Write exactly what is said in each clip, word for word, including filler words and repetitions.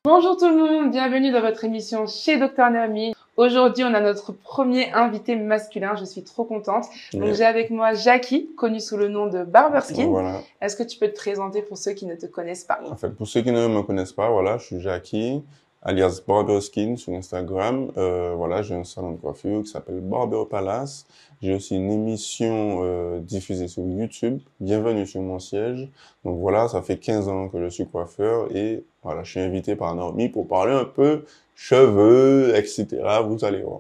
Bonjour tout le monde, bienvenue dans votre émission chez Docteur Naomi. Aujourd'hui, on a notre premier invité masculin, je suis trop contente. Donc, yeah. J'ai avec moi Jackie, connu sous le nom de Barberskin. Voilà. Est-ce que tu peux te présenter pour ceux qui ne te connaissent pas? En fait, pour ceux qui ne me connaissent pas, voilà, je suis Jackie, alias Barberskin sur Instagram. Euh, voilà, j'ai un salon de coiffure qui s'appelle Barber Palace. J'ai aussi une émission euh, diffusée sur YouTube, Bienvenue sur mon siège. Donc voilà, ça fait quinze ans que je suis coiffeur et voilà, je suis invité par Naomi pour parler un peu cheveux, et cetera. Vous allez voir.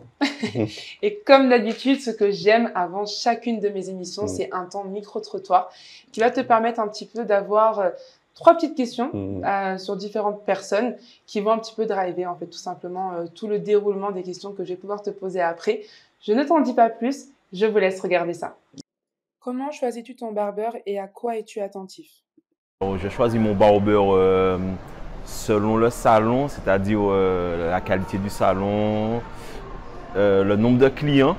Et comme d'habitude, ce que j'aime avant chacune de mes émissions, mmh. c'est un temps micro-trottoir qui va te permettre un petit peu d'avoir euh, trois petites questions mmh. euh, sur différentes personnes qui vont un petit peu driver, en fait, tout simplement, euh, tout le déroulement des questions que je vais pouvoir te poser après. Je ne t'en dis pas plus, je vous laisse regarder ça. Comment choisis-tu ton barbeur et à quoi es-tu attentif? Je choisis mon barbeur euh, selon le salon, c'est-à-dire euh, la qualité du salon, euh, le nombre de clients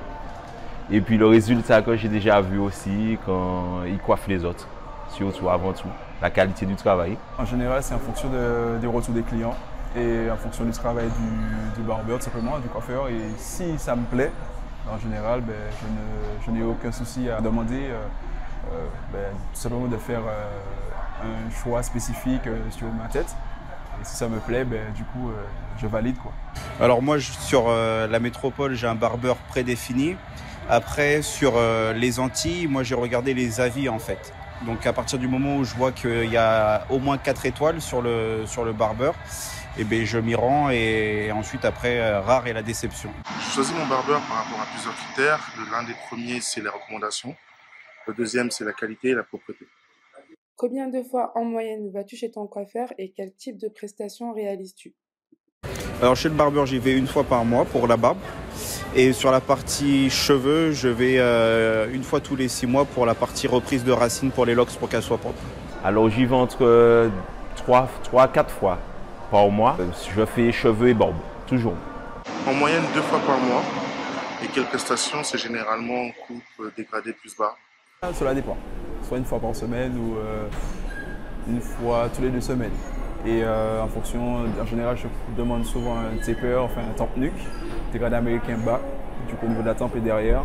et puis le résultat que j'ai déjà vu aussi quand ils coiffent les autres, surtout avant tout, la qualité du travail. En général, c'est en fonction de, des retours des clients et en fonction du travail du, du barbeur, tout simplement, du coiffeur. Et si ça me plaît, en général, ben, je n'ai aucun souci à demander euh, euh, ben, tout simplement de faire euh, un choix spécifique euh, sur ma tête. Et si ça me plaît, ben, du coup, euh, je valide, quoi. Alors moi, je, sur euh, la métropole, j'ai un barbeur prédéfini. Après, sur euh, les Antilles, moi, j'ai regardé les avis, en fait. Donc, à partir du moment où je vois qu'il y a au moins quatre étoiles sur le, sur le barbeur, eh bien, je m'y rends et ensuite, après, euh, rare est la déception. Je choisis mon barbeur par rapport à plusieurs critères. L'un des premiers, c'est les recommandations. Le deuxième, c'est la qualité et la propreté. Combien de fois en moyenne vas-tu chez ton coiffeur et quel type de prestations réalises-tu? Alors, chez le barbeur, j'y vais une fois par mois pour la barbe. Et sur la partie cheveux, je vais euh, une fois tous les six mois pour la partie reprise de racines pour les locks pour qu'elles soient propres. Alors, j'y vais entre trois à quatre fois par mois. Je fais cheveux et barbe, toujours. En moyenne, deux fois par mois. Et quelles prestations? C'est généralement coupe, dégradé plus bas. Cela dépend. Soit une fois par semaine ou euh, une fois tous les deux semaines. Et euh, en fonction, en général, je demande souvent un taper, enfin un temp nuque, dégradé américain bas, du coup au niveau de la tempe et derrière,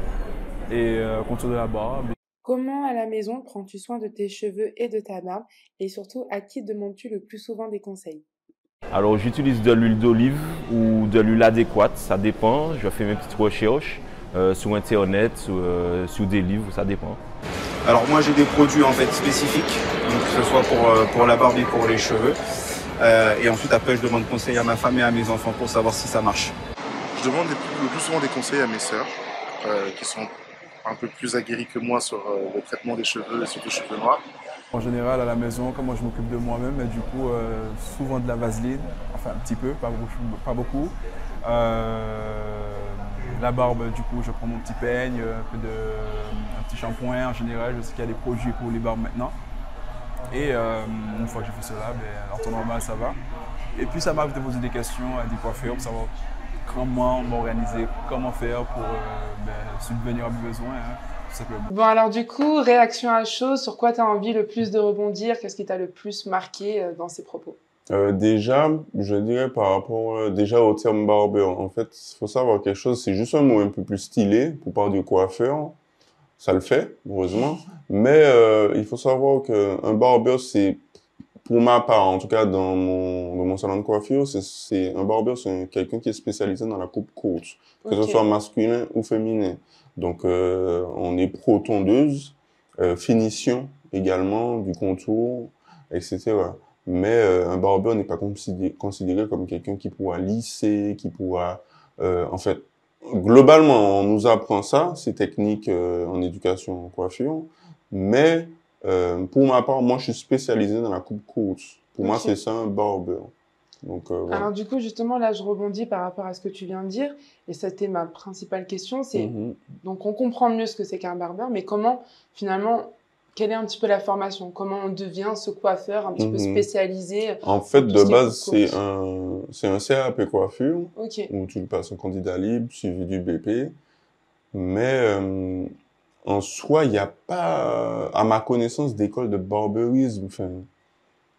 et euh, contour de la barbe. Comment à la maison prends-tu soin de tes cheveux et de ta barbe? Et surtout, à qui demandes-tu le plus souvent des conseils? Alors j'utilise de l'huile d'olive ou de l'huile adéquate, ça dépend. Je fais mes petites recherches euh, sur internet, sur, euh, sur des livres, ça dépend. Alors moi j'ai des produits en fait spécifiques, donc que ce soit pour, euh, pour la barbe et pour les cheveux. Euh, et ensuite après je demande conseil à ma femme et à mes enfants pour savoir si ça marche. Je demande des, le plus souvent des conseils à mes sœurs euh, qui sont un peu plus aguerries que moi sur euh, le traitement des cheveux et surtout les cheveux noirs. En général à la maison, comme moi je m'occupe de moi-même, et du coup euh, souvent de la vaseline, enfin un petit peu, pas beaucoup. Pas beaucoup. Euh, la barbe, du coup je prends mon petit peigne, un peu de, un petit shampoing en général, je sais qu'il y a des produits pour les barbes maintenant. Et euh, une fois que j'ai fait cela, ben, en temps normal ça va. Et puis ça m'arrive de poser des questions à des coiffeurs pour savoir comment m'organiser, comment faire pour euh, ben, subvenir à mes besoins, hein, tout simplement. Bon alors du coup, réaction à chaud, sur quoi tu as envie le plus de rebondir? Qu'est-ce qui t'a le plus marqué euh, dans ces propos? Euh, déjà, je dirais par rapport euh, déjà au terme barbeur. En fait, il faut savoir quelque chose, c'est juste un mot un peu plus stylé pour parler de coiffeur. Ça le fait, heureusement. Mais euh, il faut savoir qu'un barbeur, c'est, pour ma part, en tout cas dans mon, dans mon salon de coiffure, c'est un barbeur, c'est quelqu'un qui est spécialisé dans la coupe courte, que okay. ce soit masculin ou féminin. Donc, euh, on est pro-tondeuse, euh, finition également, du contour, et cetera. Mais euh, un barbeur n'est pas considéré, considéré comme quelqu'un qui pourra lisser, qui pourra, euh, en fait, globalement, on nous apprend ça, ces techniques euh, en éducation en coiffure, mais euh, pour ma part, moi, je suis spécialisé dans la coupe courte. Pour okay. moi, c'est ça un barbeur. Donc, euh, voilà. Alors du coup, justement, là, je rebondis par rapport à ce que tu viens de dire, et c'était ma principale question, c'est, mm-hmm. donc on comprend mieux ce que c'est qu'un barbeur, mais comment, finalement, quelle est un petit peu la formation? Comment on devient ce coiffeur un petit mm-hmm. peu spécialisé? En fait, de base, c'est un, c'est un C A P coiffure, okay. où tu passes un candidat libre, suivi du B P. Mais euh, en soi, il n'y a pas, à ma connaissance, d'école de barberisme. Enfin,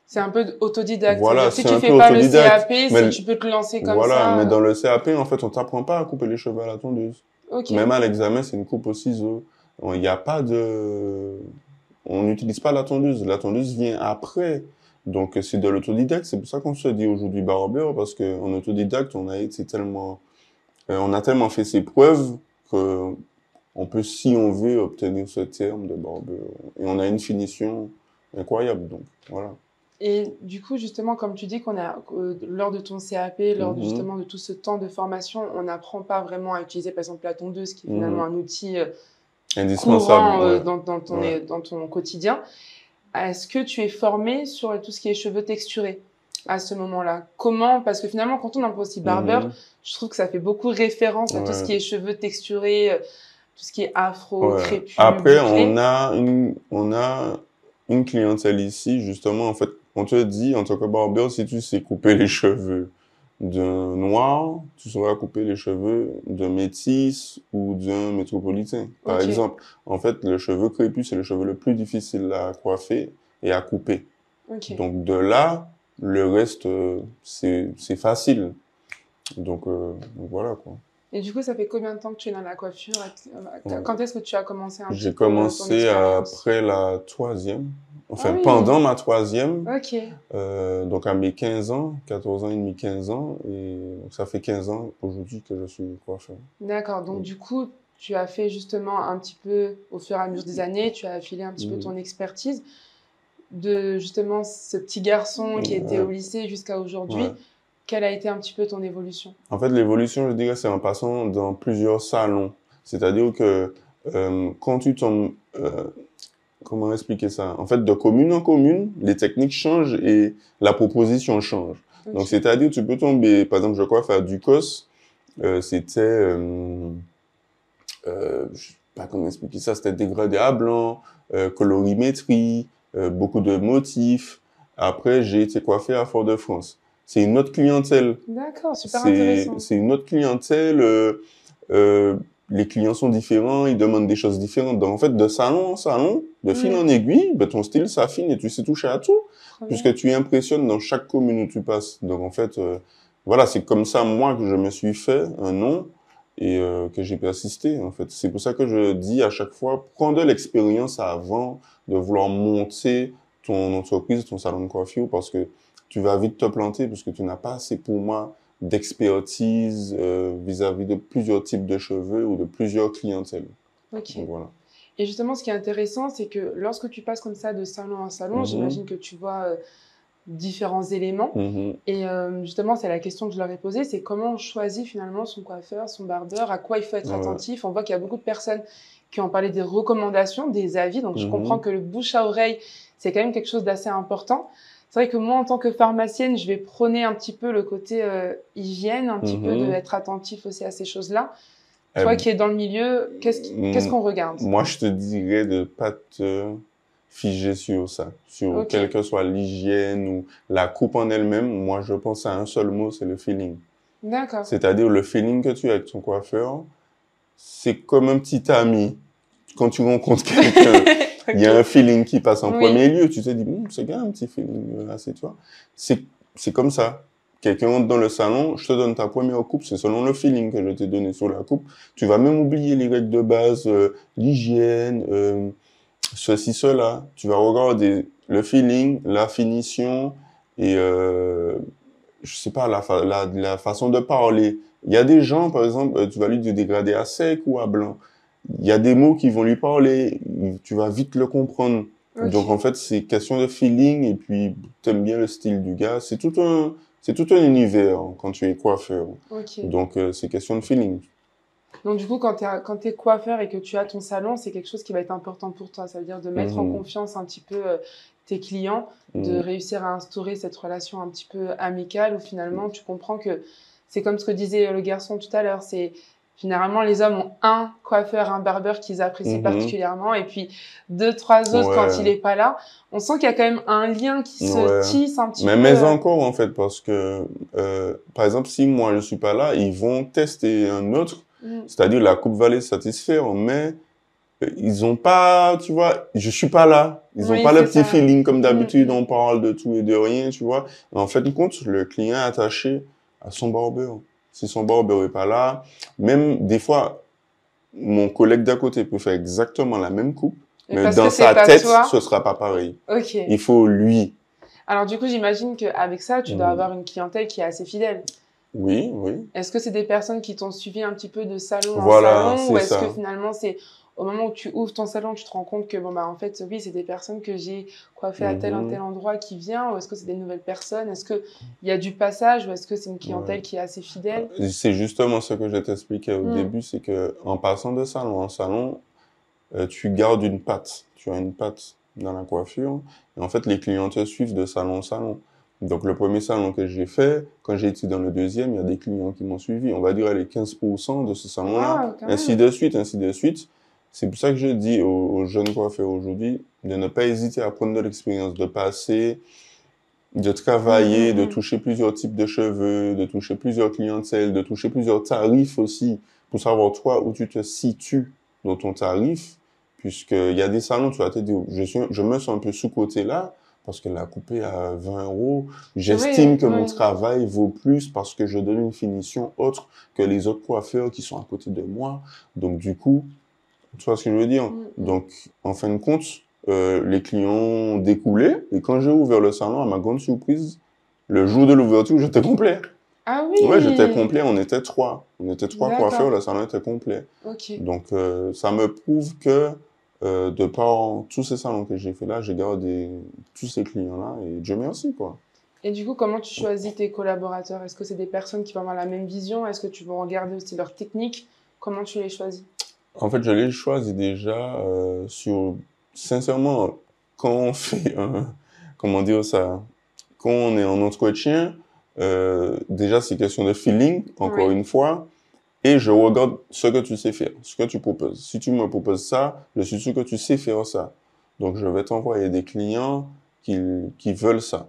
C'est un peu autodidacte. Voilà, si c'est tu un fais peu pas le autodidacte, C A P, mais- si tu peux te lancer comme Voilà, ça. mais dans le C A P, en fait, on t'apprend pas à couper les cheveux à la tondeuse. Ok. Même à l'examen, c'est une coupe au ciseau. Il n'y a pas de... On n'utilise pas la tondeuse. La tondeuse vient après. Donc, c'est de l'autodidacte. C'est pour ça qu'on se dit aujourd'hui barbeur, parce qu'en autodidacte, on a été tellement... euh, on a tellement fait ses preuves que on peut, si on veut, obtenir ce terme de barbeur. Et on a une finition incroyable. Donc, voilà. Et du coup, justement, comme tu dis qu'on a, euh, lors de ton C A P, lors Mhm. justement de tout ce temps de formation, on n'apprend pas vraiment à utiliser, par exemple, la tondeuse, qui est Mhm. finalement un outil euh, Indispensable. courant euh, ouais. dans, dans, ton, Ouais. dans ton quotidien. Est-ce que tu es formé sur tout ce qui est cheveux texturés à ce moment-là? Comment? Parce que finalement, quand on emploie aussi barbeur, Mhm. je trouve que ça fait beaucoup référence à tout ce Ouais. qui est cheveux texturés, euh, tout ce qui est afro, Ouais. crépus, Après, bouclé. on a une, on a une clientèle ici, justement, en fait, on te dit, en tant que barbeur, si tu sais couper les cheveux d'un noir, tu sauras couper les cheveux d'un métis ou d'un métropolitain. Par Ok. exemple, en fait, le cheveu crépus, c'est le cheveu le plus difficile à coiffer et à couper. Ok. Donc, de là, le reste, euh, c'est, c'est facile. Donc, euh, donc voilà, quoi. Et du coup, ça fait combien de temps que tu es dans la coiffure? Ouais. Quand est-ce que tu as commencé un petit J'ai peu ton commencé expérience? après la troisième, enfin Ah oui. pendant ma troisième, Ok. euh, donc à mes quinze ans, quatorze ans et demi, quinze ans, et ça fait quinze ans aujourd'hui que je suis coiffeur. D'accord. Donc, Mm. du coup, tu as fait justement un petit peu, au fur et à mesure des années, tu as affilé un petit peu Mm. ton expertise de justement ce petit garçon qui était Ouais. au lycée jusqu'à aujourd'hui. Ouais. Quelle a été un petit peu ton évolution? En fait, l'évolution, je dirais, c'est en passant dans plusieurs salons. C'est-à-dire que euh, quand tu tombes, euh, comment expliquer ça? En fait, de commune en commune, les techniques changent et la proposition change. Ok. Donc, c'est-à-dire, tu peux tomber, par exemple, je crois, faire du cos, euh, c'était, euh, euh, je sais pas comment expliquer ça, c'était dégradé à blanc, euh, colorimétrie, euh, beaucoup de motifs. Après, j'ai été coiffé à Fort-de-France. C'est une autre clientèle. D'accord, super C'est, intéressant. c'est une autre clientèle. Euh, euh, les clients sont différents, ils demandent des choses différentes. Donc, en fait, de salon en salon, de fil Mm. en aiguille, ben, ton style s'affine et tu sais toucher à tout, Très bien. puisque tu impressionnes dans chaque commune où tu passes. Donc, en fait, euh, voilà, c'est comme ça, moi, que je me suis fait un nom et euh, que j'ai persisté, en fait. C'est pour ça que je dis à chaque fois, prends de l'expérience avant de vouloir monter ton entreprise, ton salon de coiffure, parce que tu vas vite te planter, parce que tu n'as pas assez, pour moi, d'expertise euh, vis-à-vis de plusieurs types de cheveux ou de plusieurs clientèles. Ok. Donc, voilà. Et justement, ce qui est intéressant, c'est que lorsque tu passes comme ça de salon en salon, Mhm. j'imagine que tu vois euh, différents éléments. Mhm. Et euh, justement, c'est la question que je leur ai posée, c'est comment on choisit finalement son coiffeur, son barbeur, à quoi il faut être Ouais. attentif. On voit qu'il y a beaucoup de personnes qui ont parlé des recommandations, des avis. Donc, je Mhm. comprends que le bouche à oreille, c'est quand même quelque chose d'assez important. C'est vrai que moi, en tant que pharmacienne, je vais prôner un petit peu le côté euh, hygiène, un petit Mhm. peu d'être attentif aussi à ces choses-là. Eh Toi ben, qui es dans le milieu, qu'est-ce qui- mm, qu'est-ce qu'on regarde? Moi, je te dirais de pas te figer sur ça, sur Ok. quelle que soit l'hygiène ou la coupe en elle-même. Moi, je pense à un seul mot, c'est le feeling. D'accord. C'est-à-dire le feeling que tu as avec ton coiffeur, c'est comme un petit ami. Quand tu rencontres quelqu'un, il y a Ok. un feeling qui passe en Oui. premier lieu. Tu te dis, hm, c'est gars, un petit feeling là, c'est toi. C'est, c'est comme ça. Quelqu'un entre dans le salon, je te donne ta première coupe, c'est selon le feeling que je t'ai donné sur la coupe. Tu vas même oublier les règles de base, euh, l'hygiène, euh, ceci, cela. Tu vas regarder le feeling, la finition et, euh, je sais pas, la, fa- la, la façon de parler. Il y a des gens, par exemple, euh, tu vas lui dégrader à sec ou à blanc. Il y a des mots qui vont lui parler, tu vas vite le comprendre. Ok. Donc, en fait, c'est question de feeling et puis t'aimes bien le style du gars. C'est tout un, c'est tout un univers hein, quand tu es coiffeur. Ok. Donc, euh, c'est question de feeling. Donc, du coup, quand tu quand t'es coiffeur et que tu as ton salon, c'est quelque chose qui va être important pour toi. Ça veut dire de mettre en Mhm. confiance un petit peu euh, tes clients, de Mhm. réussir à instaurer cette relation un petit peu amicale où finalement tu comprends que c'est comme ce que disait le garçon tout à l'heure. C'est généralement les hommes ont un coiffeur, un barbeur qu'ils apprécient Mhm. particulièrement et puis deux, trois autres quand Ouais. il est pas là. On sent qu'il y a quand même un lien qui se Ouais. tisse un petit Mais, peu. mais euh, encore, en fait, parce que, euh, par exemple, si moi je suis pas là, ils vont tester un autre, mm. c'est-à-dire la coupe va les satisfaire, mais ils ont pas, tu vois, je suis pas là. Ils ont Oui, pas le c'est petit ça. feeling comme d'habitude, Mm. on parle de tout et de rien, tu vois. Et en fait, compte, le client est attaché à son barbeur. Si son barbeur est pas là, même des fois, mon collègue d'à côté peut faire exactement la même coupe, Mais mais parce dans que c'est sa pas tête, toi. ce sera pas pareil. Ok. Il faut lui. Alors du coup, j'imagine qu'avec ça, tu dois Mm. avoir une clientèle qui est assez fidèle. Oui, oui. Est-ce que c'est des personnes qui t'ont suivi un petit peu de salon Voilà, en salon, ou c'est est-ce que ça. finalement c'est au moment où tu ouvres ton salon, tu te rends compte que bon bah en fait oui, c'est des personnes que j'ai coiffées à tel un Mhm. tel endroit qui vient, ou est-ce que c'est des nouvelles personnes, est-ce que il y a du passage, ou est-ce que c'est une clientèle Ouais. qui est assez fidèle? C'est justement ce que je t'expliquais au Mm. début, c'est que en passant de salon en salon, euh, tu gardes une patte. Tu as une patte dans la coiffure. Et en fait, les clients te suivent de salon en salon. Donc, le premier salon que j'ai fait, quand j'ai été dans le deuxième, il y a des clients qui m'ont suivi. On va dire les quinze pour cent de ce salon-là. Wow, quand Ainsi même. de suite, ainsi de suite. C'est pour ça que je dis aux, aux jeunes coiffeurs aujourd'hui de ne pas hésiter à prendre de l'expérience, de passer, de travailler, Mm, mm, de mm. toucher plusieurs types de cheveux, de toucher plusieurs clientèles, de toucher plusieurs tarifs aussi, pour savoir toi où tu te situes dans ton tarif, puisqu'il y a des salons, tu vas te dire, je, suis, je me sens un peu sous-côté là, parce que la coupe est à vingt euros. J'estime Oui, que mon oui. travail vaut plus parce que je donne une finition autre que les autres coiffeurs qui sont à côté de moi. Donc, du coup, tu vois ce que je veux dire? Mm, mm. Donc, en fin de compte, euh, les clients ont découlé. Et quand j'ai ouvert le salon, à ma grande surprise, le jour de l'ouverture, j'étais complet. Ah oui. Ouais, j'étais complet. On était trois. On était trois D'accord. coiffeurs. Le salon était complet. Ok. Donc, euh, ça me prouve que euh, de par tous ces salons que j'ai fait là, j'ai gardé tous ces clients-là. Et Dieu merci, quoi. Et du coup, comment tu choisis tes collaborateurs? Est-ce que c'est des personnes qui vont avoir la même vision? Est-ce que tu vas regarder aussi leur technique? Comment tu les choisis? En fait, je les choisis déjà euh, sur... Sincèrement, quand on fait un... Comment dire ça? Quand on est en entretien, euh, déjà, c'est question de feeling, encore Oui. une fois. Et je regarde ce que tu sais faire, ce que tu proposes. Si tu me proposes ça, je suis sûr que tu sais faire ça. Donc, je vais t'envoyer des clients qui, qui veulent ça.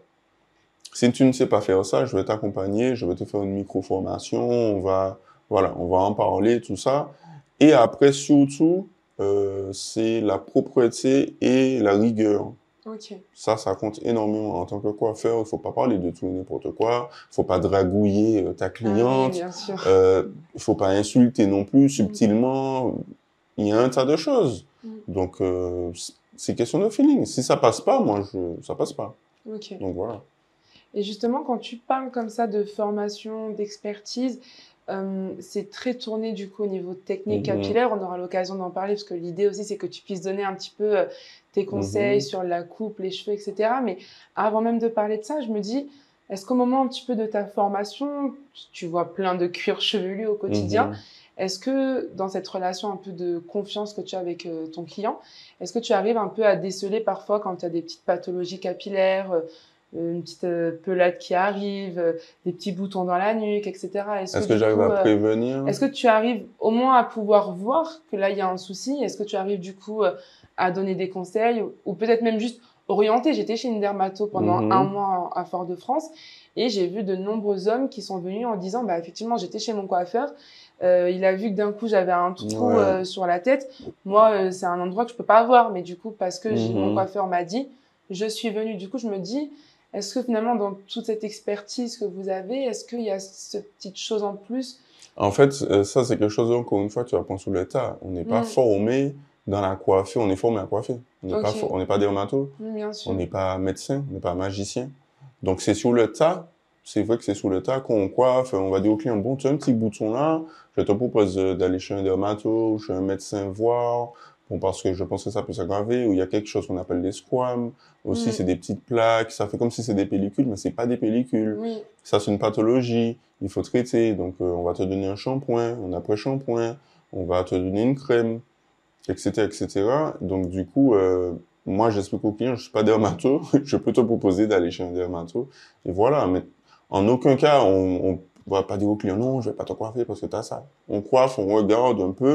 Si tu ne sais pas faire ça, je vais t'accompagner, je vais te faire une micro-formation, on va, voilà, on va en parler, tout ça. Et après, surtout, euh, c'est la propreté et la rigueur. Ok. Ça, ça compte énormément. En tant que coiffeur, il faut pas parler de tout et n'importe quoi. Il faut pas dragouiller euh, ta Ah oui, cliente. bien sûr. Euh, il faut pas insulter non plus subtilement. Il y a un tas de choses. Mm. Donc, euh, c'est question de feeling. Si ça passe pas, moi, je, ça passe pas. Ok. Donc, voilà. Et justement, quand tu parles comme ça de formation, d'expertise, euh, c'est très tourné du coup au niveau technique Mhm. capillaire. On aura l'occasion d'en parler parce que l'idée aussi, c'est que tu puisses donner un petit peu euh, tes conseils Mhm. sur la coupe, les cheveux, et cetera. Mais avant même de parler de ça, je me dis, est-ce qu'au moment un petit peu de ta formation, tu vois plein de cuir chevelu au quotidien, Mhm. est-ce que dans cette relation un peu de confiance que tu as avec euh, ton client, est-ce que tu arrives un peu à déceler parfois quand tu as des petites pathologies capillaires, euh, une petite euh, pelade qui arrive, euh, des petits boutons dans la nuque, et cetera. Est-ce Est-ce que, que du j'arrive coup, à euh, prévenir? est-ce que tu arrives au moins à pouvoir voir que là, il y a un souci? Est-ce que tu arrives du coup euh, à donner des conseils ou, ou peut-être même juste orienter? J'étais chez une dermato pendant Mhm. un mois en- à Fort-de-France et j'ai vu de nombreux hommes qui sont venus en disant, bah, effectivement, j'étais chez mon coiffeur. Euh, il a vu que d'un coup, j'avais un trou Ouais. euh, sur la tête. Moi, euh, c'est un endroit que je peux pas avoir, mais du coup, parce que j'ai- mon Mhm. coiffeur m'a dit, je suis venue. Du coup, je me dis, est-ce que finalement, dans toute cette expertise que vous avez, est-ce qu'il y a cette petite chose en plus? En fait, euh, ça, c'est quelque chose, encore une fois, tu apprends sous le tas. On n'est pas Mm. formé dans la coiffure, on est formé à coiffer. On n'est Ok. pas, for- on n'est pas dermato, Mm, bien on sûr. n'est pas médecin, on n'est pas magicien. Donc, c'est sur le tas. C'est vrai que c'est sur le tas qu'on coiffe. On va dire au client, bon, tu as un petit bouton là, je te propose euh, d'aller chez un dermato ou chez un médecin voir. Bon, parce que je pense que ça peut s'aggraver. Ou il y a quelque chose qu'on appelle des squames. Aussi, Mm. c'est des petites plaques. Ça fait comme si c'est des pellicules, mais c'est pas des pellicules. Oui. Ça, c'est une pathologie. Il faut traiter. Donc, euh, on va te donner un shampoing, un après-shampoing. On va te donner une crème, et cetera, et cetera. Donc, du coup, euh, moi, j'explique au client, je suis pas dermato. Je peux te proposer d'aller chez un dermato. Et voilà. Mais en aucun cas, on, on va pas dire au client, non, je vais pas te coiffer parce que t'as ça. On coiffe, on regarde un peu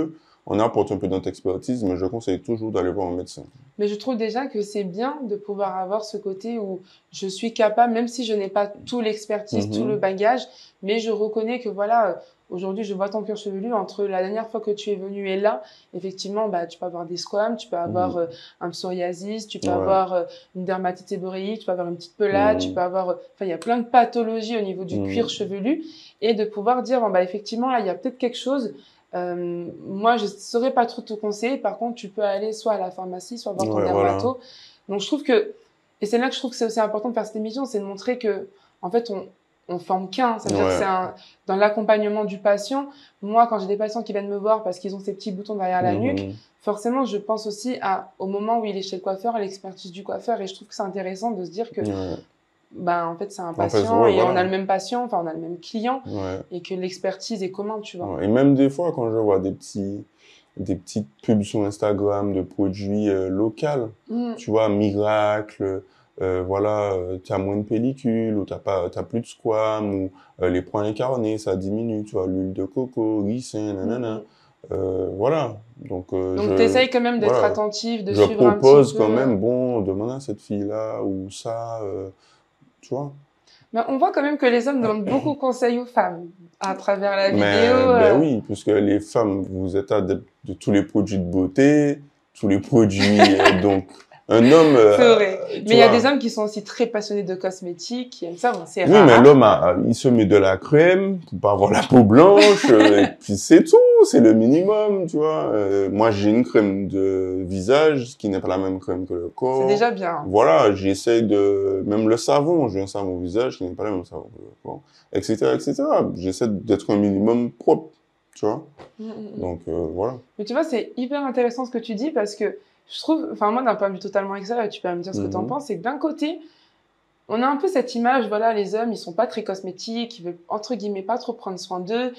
on apporte un peu notre expertise, mais je conseille toujours d'aller voir un médecin. Mais je trouve déjà que c'est bien de pouvoir avoir ce côté où je suis capable, même si je n'ai pas tout l'expertise, mm-hmm. tout le bagage, mais je reconnais que voilà, aujourd'hui, je vois ton cuir chevelu. Entre la dernière fois que tu es venu et là, effectivement, bah, tu peux avoir des squames, tu peux avoir mmh. euh, un psoriasis, tu peux ouais. avoir euh, une dermatite séborrhéique, tu peux avoir une petite pelade, mmh. tu peux avoir, enfin, il y a plein de pathologies au niveau du mmh. cuir chevelu, et de pouvoir dire, bon, bah, effectivement, là, il y a peut-être quelque chose. Euh, moi, je saurais pas trop te conseiller. Par contre, tu peux aller soit à la pharmacie, soit voir ton ouais, dermato. Voilà. Donc, je trouve que, et c'est là que je trouve que c'est aussi important de faire cette émission, c'est de montrer que, en fait, on on forme qu'un, c'est-à-dire ouais. que c'est un, dans l'accompagnement du patient. Moi, quand j'ai des patients qui viennent me voir parce qu'ils ont ces petits boutons derrière la mmh. nuque, forcément, je pense aussi à, au moment où il est chez le coiffeur, à l'expertise du coiffeur, et je trouve que c'est intéressant de se dire que, ouais. ben, en fait, c'est un patient, en fait, ouais, et voilà. on a le même patient, enfin, on a le même client, ouais. et que l'expertise est commune, tu vois. Ouais. Et même des fois, quand je vois des petits, des petites pubs sur Instagram de produits euh, locaux, mmh. tu vois, Miracle, Euh, voilà, euh, tu as moins de pellicule, ou tu n'as plus de squam, ou euh, les points incarnés, ça diminue, tu vois, l'huile de coco, ricin, nanana. Mm-hmm. Euh, voilà. Donc, euh, Donc tu essayes quand même d'être voilà. attentif, de je suivre un petit peu. Je propose quand même, bon, demande à cette fille-là, ou ça, euh, tu vois. Mais on voit quand même que les hommes donnent beaucoup de conseils aux femmes à travers la vidéo. Mais, euh... ben oui, puisque les femmes, vous êtes adeptes de tous les produits de beauté, tous les produits, euh, donc... Un homme. C'est vrai. Euh, mais il y a des hommes qui sont aussi très passionnés de cosmétiques, qui aiment ça. Bon, c'est oui, rare. mais l'homme, a, il se met de la crème pour pas avoir la peau blanche, et puis c'est tout, c'est le minimum, tu vois. Euh, moi, j'ai une crème de visage qui n'est pas la même crème que le corps. C'est déjà bien. Voilà, j'essaye de, même le savon, j'ai un savon au visage qui n'est pas le même savon que le corps, et cetera, et cetera. J'essaie d'être un minimum propre, tu vois. Mm-hmm. Donc euh, voilà. Mais tu vois, c'est hyper intéressant ce que tu dis parce que je trouve, enfin moi d'un point de vue totalement extérieur, et tu peux me dire ce que mmh. tu en penses, c'est que d'un côté, on a un peu cette image, voilà, les hommes, ils sont pas très cosmétiques, ils veulent entre guillemets pas trop prendre soin d'eux,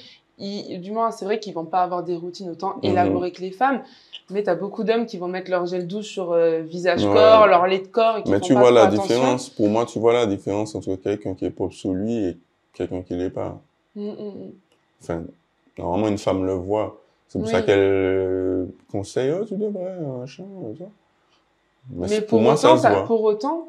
du moins c'est vrai qu'ils vont pas avoir des routines autant mmh. élaborées que les femmes, mais tu as beaucoup d'hommes qui vont mettre leur gel douche sur euh, visage ouais. corps, leur lait de corps, et qui mais font tu pas vois la attention. différence, pour moi tu vois la différence entre quelqu'un qui est propre sous lui et quelqu'un qui l'est pas. Mmh, mmh. Enfin, normalement une femme le voit. C'est pour oui. ça qu'elle euh, conseille, oh, tu devrais, machin, ça. Mais, Mais pour, pour moi, autant, ça, ça pour autant,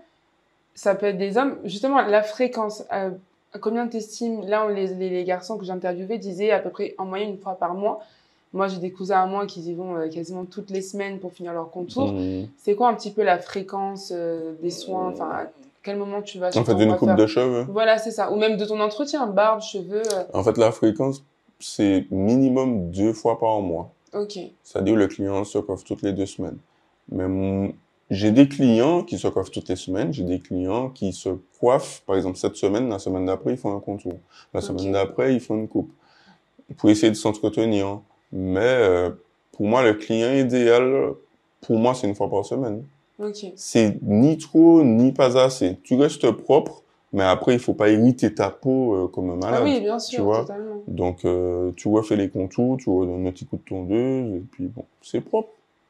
ça peut être des hommes. Justement, la fréquence, euh, combien t'estimes, là, on, les, les, les garçons que j'ai interviewés disaient à peu près en moyenne une fois par mois. Moi, j'ai des cousins à moi qui y vont euh, quasiment toutes les semaines pour finir leur contour. Mmh. C'est quoi un petit peu la fréquence euh, des soins, enfin, à quel moment tu vas chez En fait, d'une coupe de cheveux. Voilà, c'est ça. Ou même de ton entretien, barbe, cheveux. Euh... En fait, la fréquence, c'est minimum deux fois par mois. Ok. C'est-à-dire le client se coiffe toutes les deux semaines. Mais mon... j'ai des clients qui se coiffent toutes les semaines. J'ai des clients qui se coiffent, par exemple, cette semaine, la semaine d'après, ils font un contour. La okay. semaine d'après, ils font une coupe. Pour essayer de s'entretenir. Mais euh, pour moi, le client idéal, pour moi, c'est une fois par semaine. Ok. C'est ni trop, ni pas assez. Tu restes propre. Mais après, il faut pas irriter ta peau euh, comme un malade. Ah oui, bien sûr, tu vois totalement. Donc, euh, tu refais les contours, tu redonnes un petit coup de tondeuse, et puis bon, c'est propre.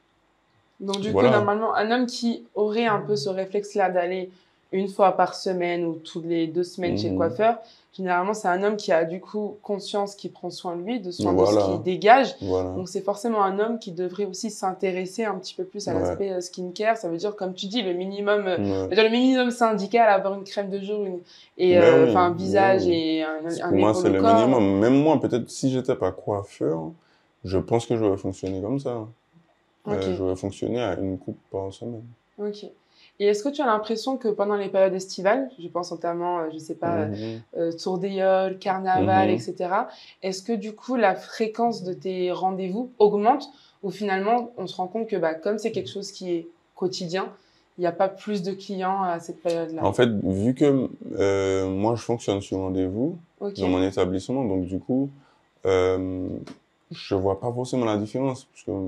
Donc, du voilà. coup, normalement, un homme qui aurait un peu ce réflexe-là d'aller une fois par semaine ou toutes les deux semaines mmh. chez le coiffeur, généralement, c'est un homme qui a du coup conscience, qui prend soin de lui, de soin voilà. de ce qu'il dégage. Voilà. Donc, c'est forcément un homme qui devrait aussi s'intéresser un petit peu plus à ouais. l'aspect skincare. Ça veut dire, comme tu dis, le minimum, ouais. dire, le minimum syndical, avoir une crème de jour, une, et euh, enfin oui, un visage oui. et un, un Pour moi, c'est le corps. minimum. Même moi, peut-être si j'étais pas coiffeur, je pense que j'aurais fonctionné comme ça. Okay. Euh, j'aurais fonctionné à une coupe par semaine. Ok. Et est-ce que tu as l'impression que pendant les périodes estivales, je pense notamment, euh, je sais pas, mm-hmm. euh, Tour d'Éole, Carnaval, mm-hmm. et cetera, est-ce que du coup la fréquence de tes rendez-vous augmente ou finalement on se rend compte que bah, comme c'est quelque chose qui est quotidien, il n'y a pas plus de clients à cette période-là? En fait, vu que euh, moi je fonctionne sur rendez-vous okay. dans mon établissement, donc du coup, euh, je vois pas forcément la différence. Parce que,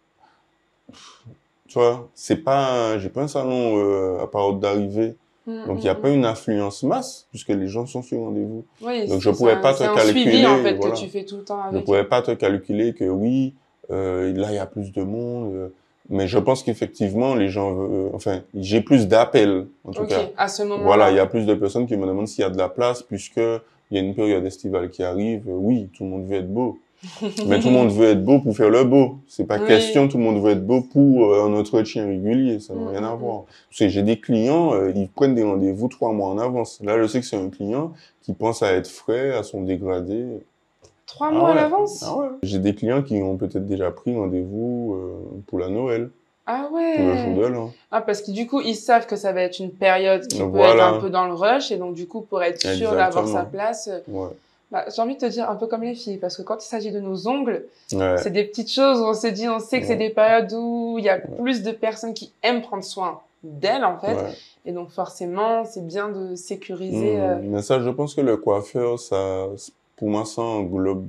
tu vois, c'est pas, j'ai pas un salon euh, à période d'arrivée, mmh, donc il mmh. y a pas une affluence masse puisque les gens sont sur rendez-vous. Oui, donc je pourrais pas te calculer. C'est un suivi en fait voilà. que tu fais tout le temps avec. Je pourrais pas te calculer que oui, euh, là il y a plus de monde, euh, mais je pense qu'effectivement les gens, euh, enfin j'ai plus d'appels en tout okay, cas. À ce moment-là. Voilà, il y a plus de personnes qui me demandent s'il y a de la place puisque il y a une période estivale qui arrive. Euh, oui, tout le monde veut être beau. Mais tout le monde veut être beau pour faire le beau. C'est pas Oui. question, tout le monde veut être beau pour euh, un entretien régulier. Ça n'a Mm, rien à mm, voir. Parce que j'ai des clients, euh, ils prennent des rendez-vous trois mois en avance. Là, je sais que c'est un client qui pense à être frais, à son dégradé. Trois Ah mois à ouais. l'avance? Ah ouais. J'ai des clients qui ont peut-être déjà pris rendez-vous euh, pour la Noël, Ah pour le jour ouais. de l'an. Ah, parce que du coup, ils savent que ça va être une période qui peut Voilà. être un peu dans le rush, et donc du coup, pour être sûr d'avoir sa Exactement. place, euh, Ouais. bah, j'ai envie de te dire un peu comme les filles, parce que quand il s'agit de nos ongles, Ouais. c'est des petites choses où on se dit, on sait que Ouais. c'est des périodes où il y a plus de personnes qui aiment prendre soin d'elles, en fait. Ouais. Et donc, forcément, c'est bien de sécuriser. euh, Mmh. Mais ça, je pense que le coiffeur, ça, pour moi, ça englobe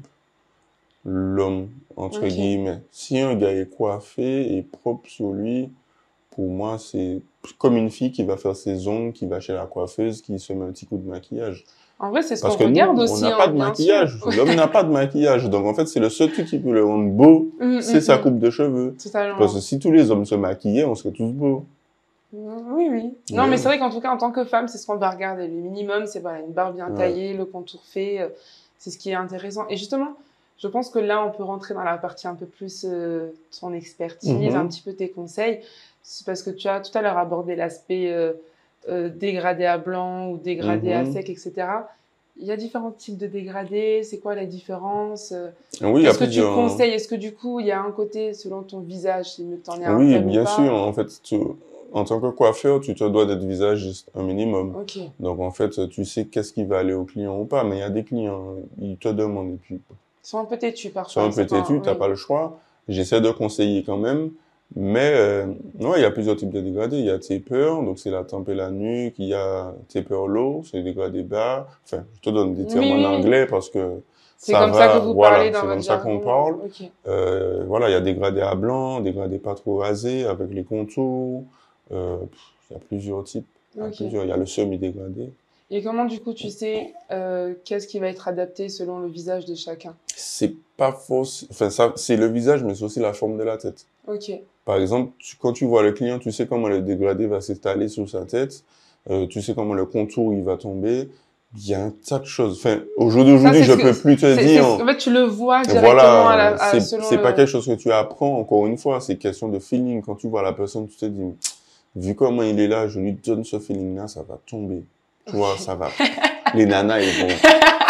l'homme, entre Ok. guillemets. Si un gars est coiffé et propre sur lui, pour moi, c'est comme une fille qui va faire ses ongles, qui va chez la coiffeuse, qui se met un petit coup de maquillage. En vrai, c'est ce Parce qu'on que nous, regarde on aussi, n'a hein, pas de bien maquillage. sûr. L'homme n'a pas de maquillage. Donc, en fait, c'est le seul truc qui peut le rendre beau, Mm, c'est mm, sa mm. coupe de cheveux. Totalement. Parce que si tous les hommes se maquillaient, on serait tous beaux. Oui, oui. Non, Oui. mais c'est vrai qu'en tout cas, en tant que femme, c'est ce qu'on va regarder. Le minimum, c'est voilà, une barbe bien Ouais. taillée, le contour fait. euh, C'est ce qui est intéressant. Et justement, je pense que là, on peut rentrer dans la partie un peu plus euh, ton expertise, Mhm. un petit peu tes conseils. C'est parce que tu as tout à l'heure abordé l'aspect euh, euh, dégradé à blanc ou dégradé à Mhm. sec, et cetera. Il y a différents types de dégradés. C'est quoi la différence? Euh, Oui, il y a Qu'est-ce que tu plusieurs- conseilles? Est-ce que du coup, il y a un côté, selon ton visage, c'est mieux que t'en aies un Oui, tel ou bien pas? sûr. En fait, tu- en tant que coiffeur, tu te dois d'être visagiste un minimum. Ok. Donc, en fait, tu sais qu'est-ce qui va aller au client ou pas. Mais il y a des clients, ils te demandent. Et puis, Ils sont un peu têtus parfois. soit un peu c'est pas- têtu, t'as oui. pas le choix. J'essaie de conseiller quand même. Mais, euh, ouais, il y a plusieurs types de dégradés. Il y a taper, donc c'est la tempe et la nuque. Il y a taper low, c'est les dégradés bas. Enfin, je te donne des termes Oui, en oui. anglais parce que C'est ça comme va, ça que vous voilà, parlez dans c'est votre comme ça qu'on jargon. parle. Ok. Euh, voilà, il y a dégradé à blanc, dégradé pas trop rasé avec les contours. Euh, pff, il y a plusieurs types. Il y a Ok. plusieurs. Il y a le semi-dégradé. Et comment du coup tu sais euh, qu'est-ce qui va être adapté selon le visage de chacun? C'est pas faux. Enfin, ça, c'est le visage, mais c'est aussi la forme de la tête. Ok. Par exemple, tu- quand tu vois le client, tu sais comment le dégradé va s'installer sur sa tête. Euh, tu sais comment le contour il va tomber. Il y a un tas de choses. Enfin, au jour d'aujourd'hui, Ça, je c'est ce peux que- plus te c'est- dire. c'est- En fait, tu le vois directement à la, Voilà, à- c'est selon c'est le... pas quelque chose que tu apprends, encore une fois, c'est question de feeling. Quand tu vois la personne, tu te dis, vu comment il est là, je lui donne ce feeling-là, ça va tomber. Tu vois, ça va. Les nanas, ils vont...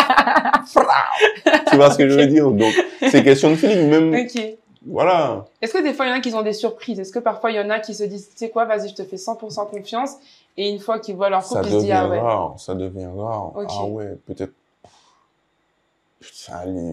Tu vois ce que je veux dire? Donc, c'est question de feeling, même... Ok. Voilà. Est-ce que des fois, il y en a qui ont des surprises? Est-ce que parfois, il y en a qui se disent, tu sais quoi, vas-y, je te fais cent pour cent confiance, et une fois qu'ils voient leur Ça couple, ils se disent, devient ah ouais. rare, ça devient rare. Ok. Ah ouais, peut-être... Ça allait...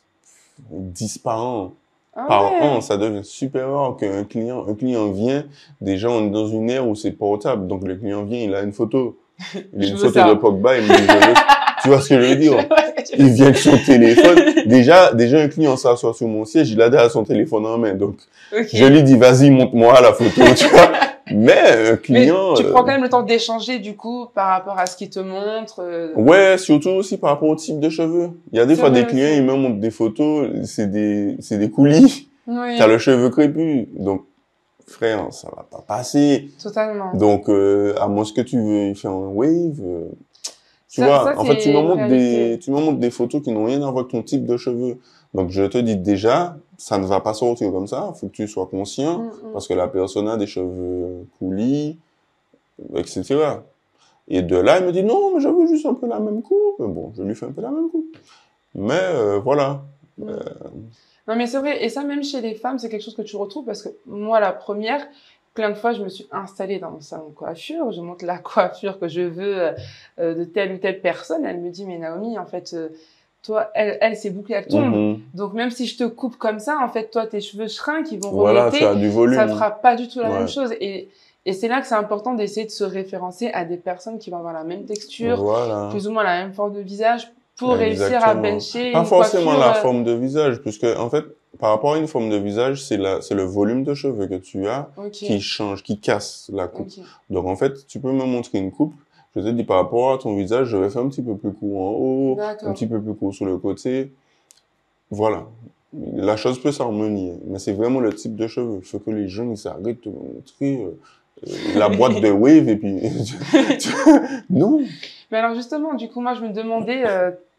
dix par an. Ah Par ouais. an, ça devient super rare qu'un client, un client vient, déjà on est dans une ère où c'est portable, donc le client vient, il a une photo. Il a Je une veux photo ça. de Pogba, il me dit, je veux... Tu vois ce que je veux Je dire? vois ce que tu veux Il vient avec son téléphone. Déjà, déjà un client s'assoit sur mon siège, il a déjà son téléphone en main, donc Ok. je lui dis, vas-y, montre-moi la photo, tu vois. Mais un Mais client... tu euh, prends quand même le temps d'échanger, du coup, par rapport à ce qu'il te montre. euh, Ouais, surtout aussi par rapport au type de cheveux. Il y a des C'est fois vrai des clients, aussi. ils me montrent des photos, c'est des, c'est des coulis. Oui, T'as le cheveu crépus. Donc, frère, ça va pas passer. totalement. Donc, euh, à moins que tu veux faire un wave, euh, tu Ça- vois, ça, en fait, c'est tu me une montres réalité. des, tu me montres des photos qui n'ont rien à voir avec ton type de cheveux. Donc, je te dis déjà, ça ne va pas sortir comme ça. Faut que tu sois conscient Mm, mm. parce que la personne a des cheveux coulis, et cetera. Et de là, il me dit non, mais je veux juste un peu la même coupe. Bon, je lui fais un peu la même coupe. Mais euh, voilà. Mm. Non, mais c'est vrai. Et ça, même chez les femmes, c'est quelque chose que tu retrouves parce que moi, la première, plein de fois, je me suis installée dans mon salon de coiffure. Je montre la coiffure que je veux euh, euh, de telle ou telle personne. Elle me dit, mais Naomi, en fait, euh, toi, elle, elle s'est bouclée, elle tombe. Mhm. Donc, même si je te coupe comme ça, en fait, toi, tes cheveux shrinquent, ils vont Voilà, remonter. tu as du volume. Ça fera pas du tout la Ouais. même chose. Et, et c'est là que c'est important d'essayer de se référencer à des personnes qui vont avoir la même texture, Voilà. plus ou moins la même forme de visage, pour réussir à Exactement. bencher Pas une forcément coiffure, la euh, forme de visage, puisque en fait, par rapport à une forme de visage, c'est la, c'est le volume de cheveux que tu as Ok. qui change, qui casse la coupe. Ok. Donc en fait, tu peux me montrer une coupe. Je te dis par rapport à ton visage, je vais faire un petit peu plus court en haut, D'accord. un petit peu plus court sur le côté. Voilà. La chose peut s'harmonier, mais c'est vraiment le type de cheveux. Il faut que les gens ils s'arrêtent de te montrer euh, euh, la boîte de wave et puis non. Mais alors justement, du coup, moi, je me demandais, euh,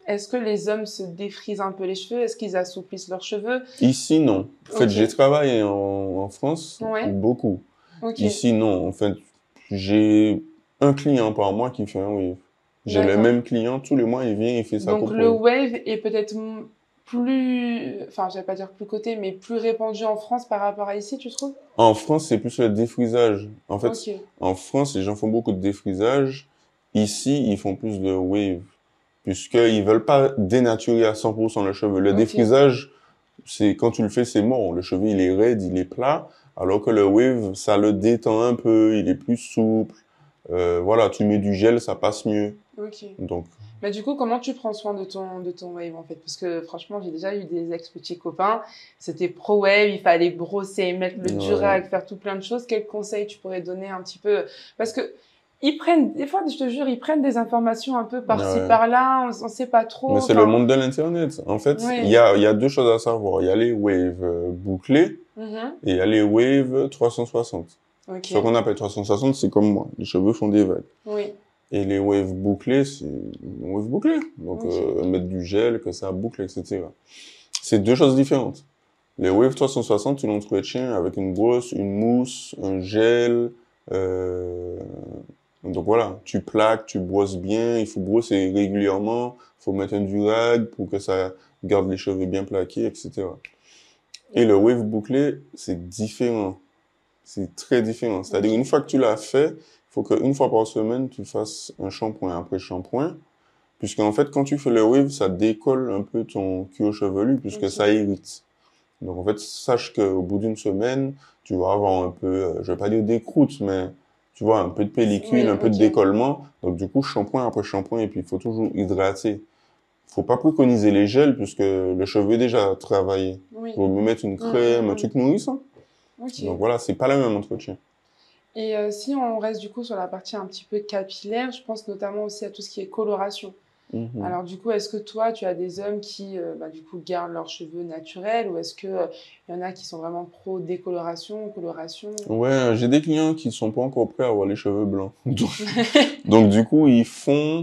est-ce que les hommes se défrisent un peu les cheveux? Est-ce qu'ils assouplissent leurs cheveux? Ici, non. En fait, Ok. j'ai travaillé en, en France Ouais. beaucoup. Ok. Ici, non. En fait, j'ai un client par mois qui fait un wave. J'ai le D'accord. même client, tous les mois, il vient, il fait sa Donc coupe le wave. wave est peut-être m- plus, enfin, je vais pas dire plus coté, mais plus répandu en France par rapport à ici, tu trouves? En France, c'est plus le défrisage. En fait, Ok. en France, les gens font beaucoup de défrisage. Ici, ils font plus de wave. Puisqu'ils veulent pas dénaturer à cent pour cent le cheveu. Le Ok. défrisage, c'est, quand tu le fais, c'est mort. Le cheveu, il est raide, il est plat. Alors que le wave, ça le détend un peu, il est plus souple. Euh, voilà, tu mets du gel, ça passe mieux. Ok. Donc, Mais du coup, comment tu prends soin de ton, de ton wave en fait? Parce que franchement, j'ai déjà eu des ex-petits copains. C'était pro wave, il fallait brosser, mettre le Ouais. durag, faire tout plein de choses. Quels conseils tu pourrais donner un petit peu? Parce que ils prennent, des fois, je te jure, ils prennent des informations un peu par-ci, Ouais. par-là. On, on sait pas trop. mais c'est Enfin, le monde de l'Internet. En fait, Ouais. il y a, il y a deux choses à savoir. Il y a les waves euh, bouclés mhm. et il y a les waves trois cent soixante. Ok. Ce qu'on appelle trois cent soixante, c'est comme moi. Les cheveux font des vagues. Oui. Et les waves bouclés, c'est une wave bouclée. Donc, Ok. euh, mettre du gel, que ça boucle, et cetera. C'est deux choses différentes. Les waves trois cent soixante, tu l'entretiens avec une brosse, une mousse, un gel. Euh... Donc voilà, tu plaques, tu brosses bien. Il faut brosser régulièrement. Il faut mettre un durag pour que ça garde les cheveux bien plaqués, et cetera. Et le wave bouclé, c'est différent. C'est très différent. C'est-à-dire, Ok. une fois que tu l'as fait, il faut qu'une fois par semaine, tu fasses un shampoing après shampoing. Puisqu'en fait, quand tu fais le wave, ça décolle un peu ton cuir chevelu, puisque Ok. ça irrite. Donc, en fait, sache qu'au bout d'une semaine, tu vas avoir un peu, euh, je vais pas dire des croûtes, mais tu vois, un peu de pellicule, Oui, un peu ok. de décollement. Donc, du coup, shampoing après shampoing, et puis il faut toujours hydrater. Faut pas préconiser les gels, puisque le cheveu est déjà travaillé. Oui. Faut me mettre une Mm, crème, mm, un mm. truc nourrissant. Ok. Donc voilà, c'est pas le même entretien. Et euh, si on reste du coup sur la partie un petit peu capillaire, je pense notamment aussi à tout ce qui est coloration. Mhm. Alors du coup, est-ce que toi, tu as des hommes qui, euh, bah, du coup, gardent leurs cheveux naturels ou est-ce que euh, il y en a qui sont vraiment pro décoloration, coloration? Ouais, j'ai des clients qui sont pas encore prêts à avoir les cheveux blancs. Donc, donc, du coup, ils font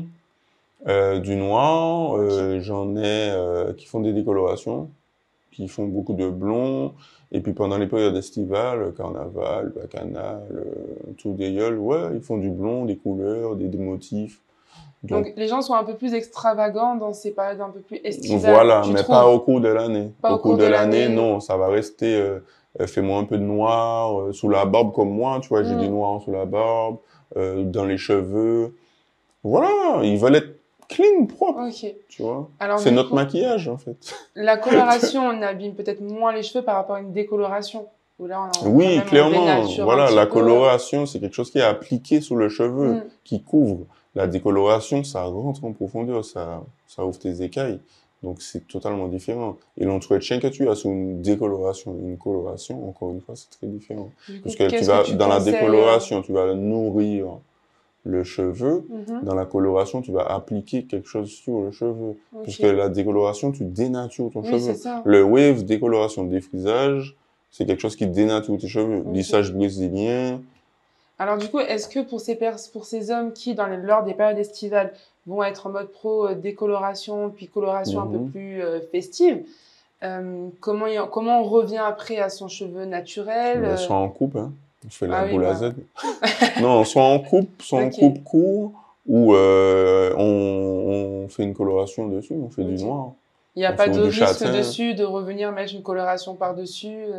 euh, du noir. Ok. Euh, j'en ai euh, qui font des décolorations, qui font beaucoup de blond. Et puis pendant les périodes estivales, carnaval, bacchanal, euh, tout des gueules, ouais, ils font du blond, des couleurs, des, des motifs. Donc, Donc les gens sont un peu plus extravagants dans ces périodes un peu plus estivales, voilà, tu mais trouves? pas au cours de l'année. Pas Au cours de l'année, l'année. non, ça va rester, euh, euh, fais-moi un peu de noir, euh, sous la barbe comme moi, tu vois, j'ai Mm. du noir sous la barbe, euh, dans les cheveux. Voilà, ils veulent être clean, propre, Ok. tu vois. Alors C'est du notre coup, maquillage, en fait. la coloration, on abîme peut-être moins les cheveux par rapport à une décoloration. Où là, on, quand Oui, même, on clairement, dénature un voilà, petit la peu. coloration, c'est quelque chose qui est appliqué sur le cheveu, Mm. qui couvre. La décoloration, ça rentre en profondeur, ça, ça ouvre tes écailles. Donc, c'est totalement différent. Et l'entretien que tu as sur une décoloration et une coloration, encore une fois, c'est très différent. Du coup, Parce que tu qu'est-ce que vas, tu dans la conseilles, euh, décoloration, tu vas nourrir le cheveu. mhm. Dans la coloration, tu vas appliquer quelque chose sur le cheveu. Ok. Puisque la décoloration, tu dénatures ton Oui, cheveu. c'est ça. Le wave, décoloration, défrisage, c'est quelque chose qui dénature tes cheveux. Ok. Lissage brésilien. Alors du coup, est-ce que pour ces, pers pour ces hommes qui, dans les, lors des périodes estivales, vont être en mode pro euh, décoloration, puis coloration un peu Mhm. plus euh, festive, euh, comment, y- comment on revient après à son cheveu naturel? Ben, euh, soit en coupe, hein. On fait la Ah oui, boule à bah. Z. Non, soit en coupe, soit en Ok. coupe court, ou euh, on, on fait une coloration dessus, on fait du Ok. noir. Il n'y a On pas fait de du risque châtain. dessus de revenir mettre une coloration par-dessus? euh,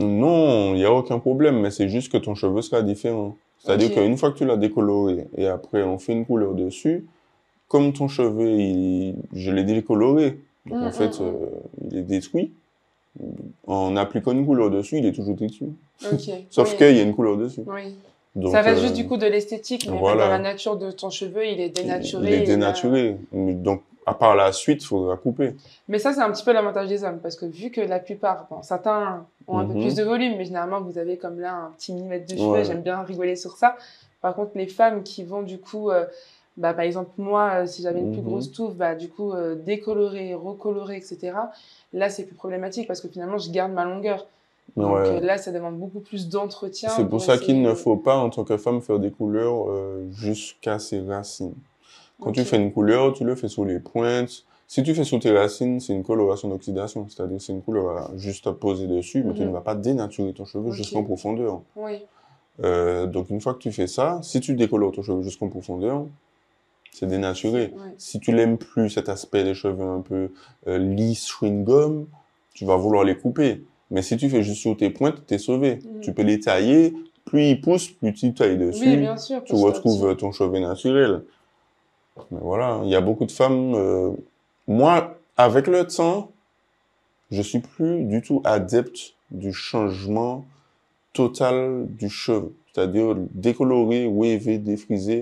Non, il n'y a aucun problème, mais c'est juste que ton cheveu sera différent. C'est-à-dire Ok. qu'une fois que tu l'as décoloré et après on fait une couleur dessus, comme ton cheveu, il, je l'ai décoloré, donc Mm, en fait, mm, mm. euh, il est détruit. En appliquant une couleur dessus, il est toujours détruit. Ok. Sauf Oui. qu'il y a une couleur dessus. Oui. Donc, Ça reste euh, juste du coup de l'esthétique, mais même voilà. dans la nature de ton cheveu, il est dénaturé. il est et dénaturé. Donc, à part la suite, il faudra couper. Mais ça, c'est un petit peu l'avantage des hommes, parce que vu que la plupart, bon, certains ont un peu Mhm. plus de volume, mais généralement, vous avez comme là un petit millimètre de cheveux, Ouais. j'aime bien rigoler sur ça. Par contre, les femmes qui vont du coup, euh, bah, par exemple, moi, euh, si j'avais une plus Mhm. grosse touffe, bah, du coup, euh, décolorer, recolorer, et cetera, là, c'est plus problématique, parce que finalement, je garde ma longueur. Donc Ouais. euh, là, ça demande beaucoup plus d'entretien. C'est pour pour ça essayer qu'il ne de- faut pas, en tant que femme, faire des couleurs euh, jusqu'à ses racines. Quand Okay. tu fais une couleur, tu le fais sur les pointes. Si tu fais sur tes racines, c'est une coloration d'oxydation. C'est-à-dire c'est une couleur à juste à poser dessus, mais tu ne Mhm. vas pas dénaturer ton cheveu Ok. jusqu'en profondeur. Oui. Euh, donc une fois que tu fais ça, si tu décolores ton cheveu jusqu'en profondeur, c'est dénaturé. Ouais. Si tu l'aimes plus, cet aspect des cheveux un peu euh, lisse, chewing-gum, tu vas vouloir les couper. Mais si tu fais juste sur tes pointes, t'es sauvé. Mhm. Tu peux les tailler, plus ils poussent, plus tu tailles dessus. Oui, bien sûr. Tu petit à retrouves petit. ton cheveu naturel. Mais voilà, il y a beaucoup de femmes. Euh... Moi, avec le temps, je suis plus du tout adepte du changement total du cheveu. C'est-à-dire décolorer, waver, défriser.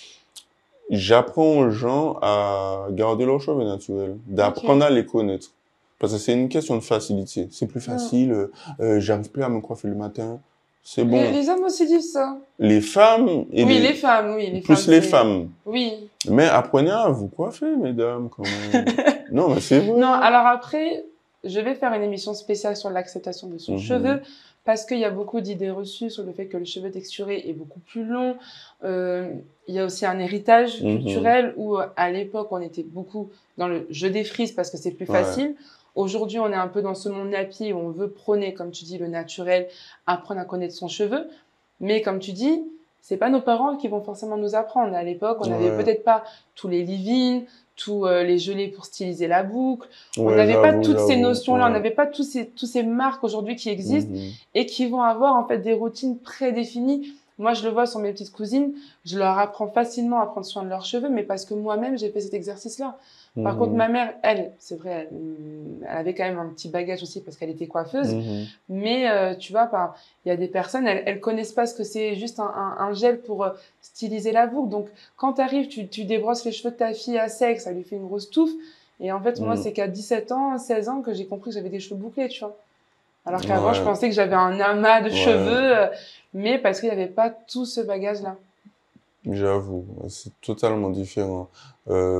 J'apprends aux gens à garder leurs cheveux naturels, d'apprendre Ok. à les connaître. Parce que c'est une question de facilité. C'est plus facile, euh, euh, j'arrive plus à me coiffer le matin. C'est Les, bon. les hommes aussi disent ça. Les femmes et Oui, les... les femmes, oui. Les plus femmes, les c'est- femmes. Oui. Mais apprenez à vous coiffer, mesdames, quand même. Non, mais c'est vrai. Non, alors après, je vais faire une émission spéciale sur l'acceptation de son Mhm. cheveu parce qu'il y a beaucoup d'idées reçues sur le fait que le cheveu texturé est beaucoup plus long. Euh, il y a aussi un héritage Mhm. culturel où, euh, à l'époque, on était beaucoup dans le je défrise parce que c'est plus Ouais. facile. Aujourd'hui, on est un peu dans ce monde nappy où on veut prôner, comme tu dis, le naturel, apprendre à connaître son cheveu. Mais comme tu dis, c'est pas nos parents qui vont forcément nous apprendre. À l'époque, on n'avait Ouais. peut-être pas tous les leave-in, tous euh, les gelées pour styliser la boucle. On Ouais, n'avait pas j'avoue, toutes ces j'avoue. notions-là, on Ouais. n'avait pas tous ces, tous ces marques aujourd'hui qui existent Mhm. et qui vont avoir en fait des routines prédéfinies. Moi, je le vois sur mes petites cousines, je leur apprends facilement à prendre soin de leurs cheveux, mais parce que moi-même, j'ai fait cet exercice-là. Par Mhm. contre, ma mère, elle, c'est vrai, elle, elle avait quand même un petit bagage aussi parce qu'elle était coiffeuse. Mhm. Mais euh, tu vois, par- il y a des personnes, elles, elles connaissent pas ce que c'est juste un, un, un gel pour euh, styliser la boucle. Donc, quand tu arrives, tu, tu débrosses les cheveux de ta fille à sec, ça lui fait une grosse touffe. Et en fait, moi, Mhm. c'est qu'à dix-sept ans, seize ans que j'ai compris que j'avais des cheveux bouclés, tu vois. Alors qu'avant, je Ouais. pensais que j'avais un amas de Ouais. cheveux, euh, mais parce qu'il n'y avait pas tout ce bagage-là. J'avoue, c'est totalement différent. Euh,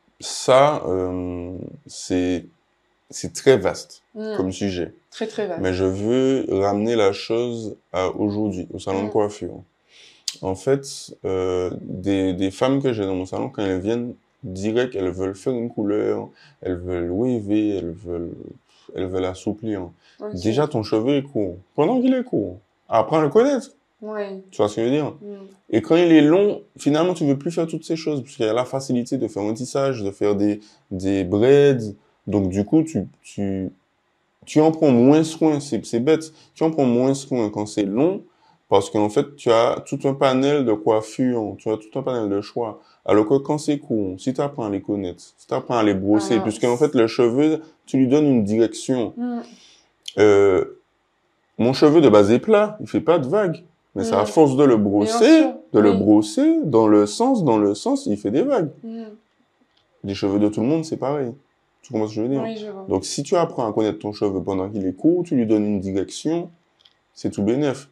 ça, euh, c'est c'est très vaste Mm. comme sujet. Très, très vaste. Mais je veux ramener la chose à aujourd'hui, au salon de Mm. coiffure. En fait, euh, des, des femmes que j'ai dans mon salon, quand elles viennent, direct, elles veulent faire une couleur, elles veulent waver, elles veulent, elles veulent assouplir. Ok. Déjà, ton cheveu est court. Pendant qu'il est court, apprends à le connaître. Ouais. Tu vois ce que je veux dire? Mm. Et quand il est long, finalement, tu veux plus faire toutes ces choses, parce qu'il y a la facilité de faire un tissage, de faire des, des braids. Donc, du coup, tu, tu, tu en prends moins soin. C'est, c'est bête. Tu en prends moins soin quand c'est long, parce qu'en fait, tu as tout un panel de coiffure, tu as tout un panel de choix. Alors que quand c'est court, si tu apprends à les connaître, si tu apprends à les brosser, Alors, puisqu'en fait, le cheveu, tu lui donnes une direction. Mm. Euh, mon cheveu de base est plat, il fait pas de vagues. Mais c'est à Mm. force de le Bien brosser, sûr, de le oui. brosser, dans le sens, dans le sens, il fait des vagues. Mm. Les cheveux de tout le monde, c'est pareil. Tu comprends ce que je veux dire? Oui, je vois. Donc, si tu apprends à connaître ton cheveu pendant qu'il est court, tu lui donnes une direction, c'est tout bénef.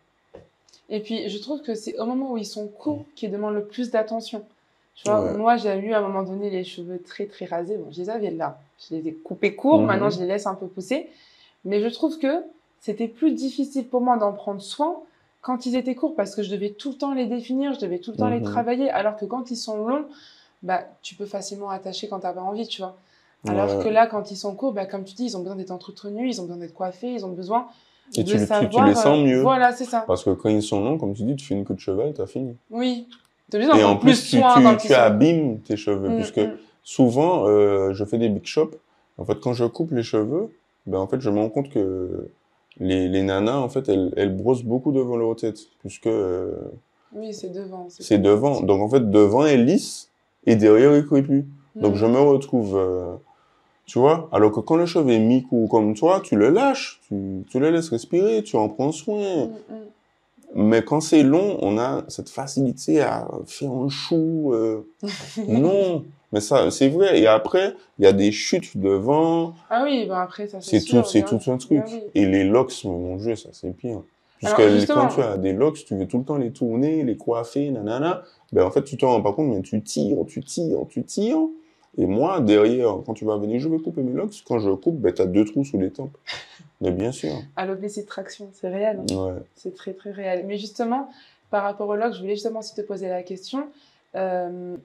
Et puis, je trouve que c'est au moment où ils sont courts qu'ils demandent le plus d'attention. Tu vois, Ouais. moi, j'ai eu à un moment donné les cheveux très, très rasés. Bon, je les avais là. Je les ai coupés courts. Mhm. Maintenant, je les laisse un peu pousser. Mais je trouve que c'était plus difficile pour moi d'en prendre soin quand ils étaient courts parce que je devais tout le temps les définir, je devais tout le temps les Mhm. travailler. Alors que quand ils sont longs, bah, tu peux facilement attacher quand t'as pas envie, tu vois. Alors Ouais. que là, quand ils sont courts, bah, comme tu dis, ils ont besoin d'être entretenus, ils ont besoin d'être coiffés, ils ont besoin Et de tu, tu, tu savoir. les sens euh, mieux. Voilà, c'est ça. Parce que quand ils sont longs, comme tu dis, tu fais une queue de cheval, t'as fini. Oui. T'es obligé d'en Et en prendre plus plus, tu, soin tu, quand tu ils sont... abîmes tes cheveux. Mm, Puisque mm. souvent, euh, je fais des big shops. En fait, quand je coupe les cheveux, ben, en fait, je me rends compte que les, les nanas, en fait, elles, elles brossent beaucoup devant leur tête. Puisque euh, Oui, c'est devant. c'est devant. Donc, en fait, devant est lisse et derrière est crépus. Donc, Mm. je me retrouve, euh, tu vois, alors que quand le cheveu est mi-court comme toi, tu le lâches, tu, tu le laisses respirer, tu en prends soin. Mm, mm. Mais quand c'est long, on a cette facilité à faire un chou. Euh... non, mais ça, c'est vrai. Et après, il y a des chutes devant. Ah oui, bah après, ça c'est C'est sûr. tout, c'est bien- tout un truc. bien oui. Et les locks, mon Dieu, ça c'est pire. Puisque Alors, justement- quand tu as des locks, tu veux tout le temps les tourner, les coiffer, nanana. Ben en fait, tu te rends pas compte, mais tu tires, tu tires, tu tires. Et moi, derrière, quand tu vas venir, je vais couper mes locks. Quand je coupe, ben t'as deux trous sous les tempes. Mais bien sûr. Alopecia de traction, c'est réel. hein. Ouais. C'est très très réel. Mais justement, par rapport au lock, je voulais justement aussi te poser la question. Euh,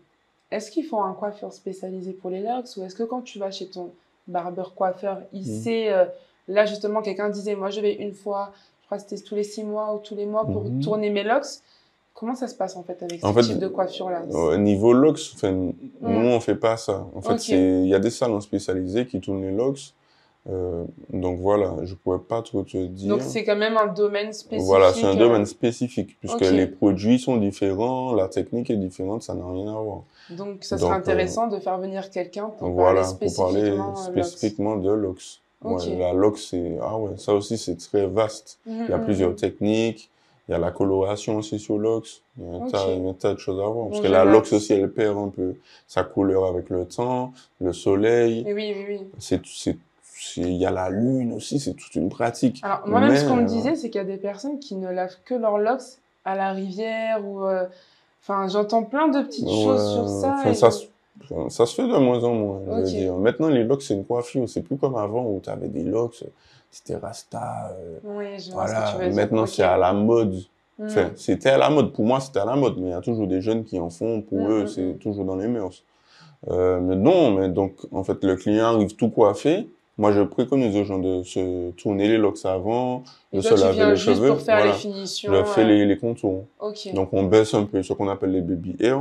est-ce qu'il faut un coiffeur spécialisé pour les locks ou est-ce que quand tu vas chez ton barbeur coiffeur, il mmh. sait, euh, là justement quelqu'un disait, moi je vais une fois, je crois que c'était tous les six mois ou tous les mois pour mmh. tourner mes locks. Comment ça se passe en fait avec ce en fait, type de coiffure-là? Au niveau locks, enfin, mmh. nous on fait pas ça. En fait, okay. il y a des salons spécialisés qui tournent les locks. Euh, donc voilà, je pourrais pas trop te dire. Donc c'est quand même un domaine spécifique. Voilà, c'est un domaine spécifique puisque okay. les produits sont différents, la technique est différente, ça n'a rien à voir. Donc ça serait donc, intéressant euh, de faire venir quelqu'un pour voilà, parler spécifiquement, pour parler spécifiquement de locks. Okay. Ouais, la lock, c'est ah ouais, ça aussi c'est très vaste. Mmh, il y a mmh, plusieurs mmh. techniques. Il y a la coloration aussi sur l'ox. Il y a un, okay. tas, il y a un tas de choses à voir. Parce bon, que la lox aussi, elle perd un peu sa couleur avec le temps, le soleil. Et oui, oui, oui. C'est, c'est, c'est, il y a la lune aussi, c'est toute une pratique. Alors, moi-même, Mais, ce qu'on me disait, c'est qu'il y a des personnes qui ne lavent que leurs locks à la rivière ou, euh... enfin, j'entends plein de petites ouais, choses sur ça. Enfin, ça, que... ça se fait de moins en moins, okay. je veux dire. Maintenant, les locks, c'est une coiffure. C'est plus comme avant où tu avais des locks. C'était rasta. Euh, oui, je voilà. vois ce que tu veux dire. Maintenant, okay. c'est à la mode. Mmh. Enfin, c'était à la mode. Pour moi, c'était à la mode. Mais il y a toujours des jeunes qui en font. Pour mmh, eux, mmh. c'est toujours dans les mœurs. Euh, mais non, mais donc, en fait, le client arrive tout coiffé. Moi, je préconise aux gens de se tourner les locks avant, et de toi, se laver les juste cheveux. Pour faire voilà. les finitions. Je fais euh... les, les contours. Okay. Donc, on baisse un peu ce qu'on appelle les baby hair.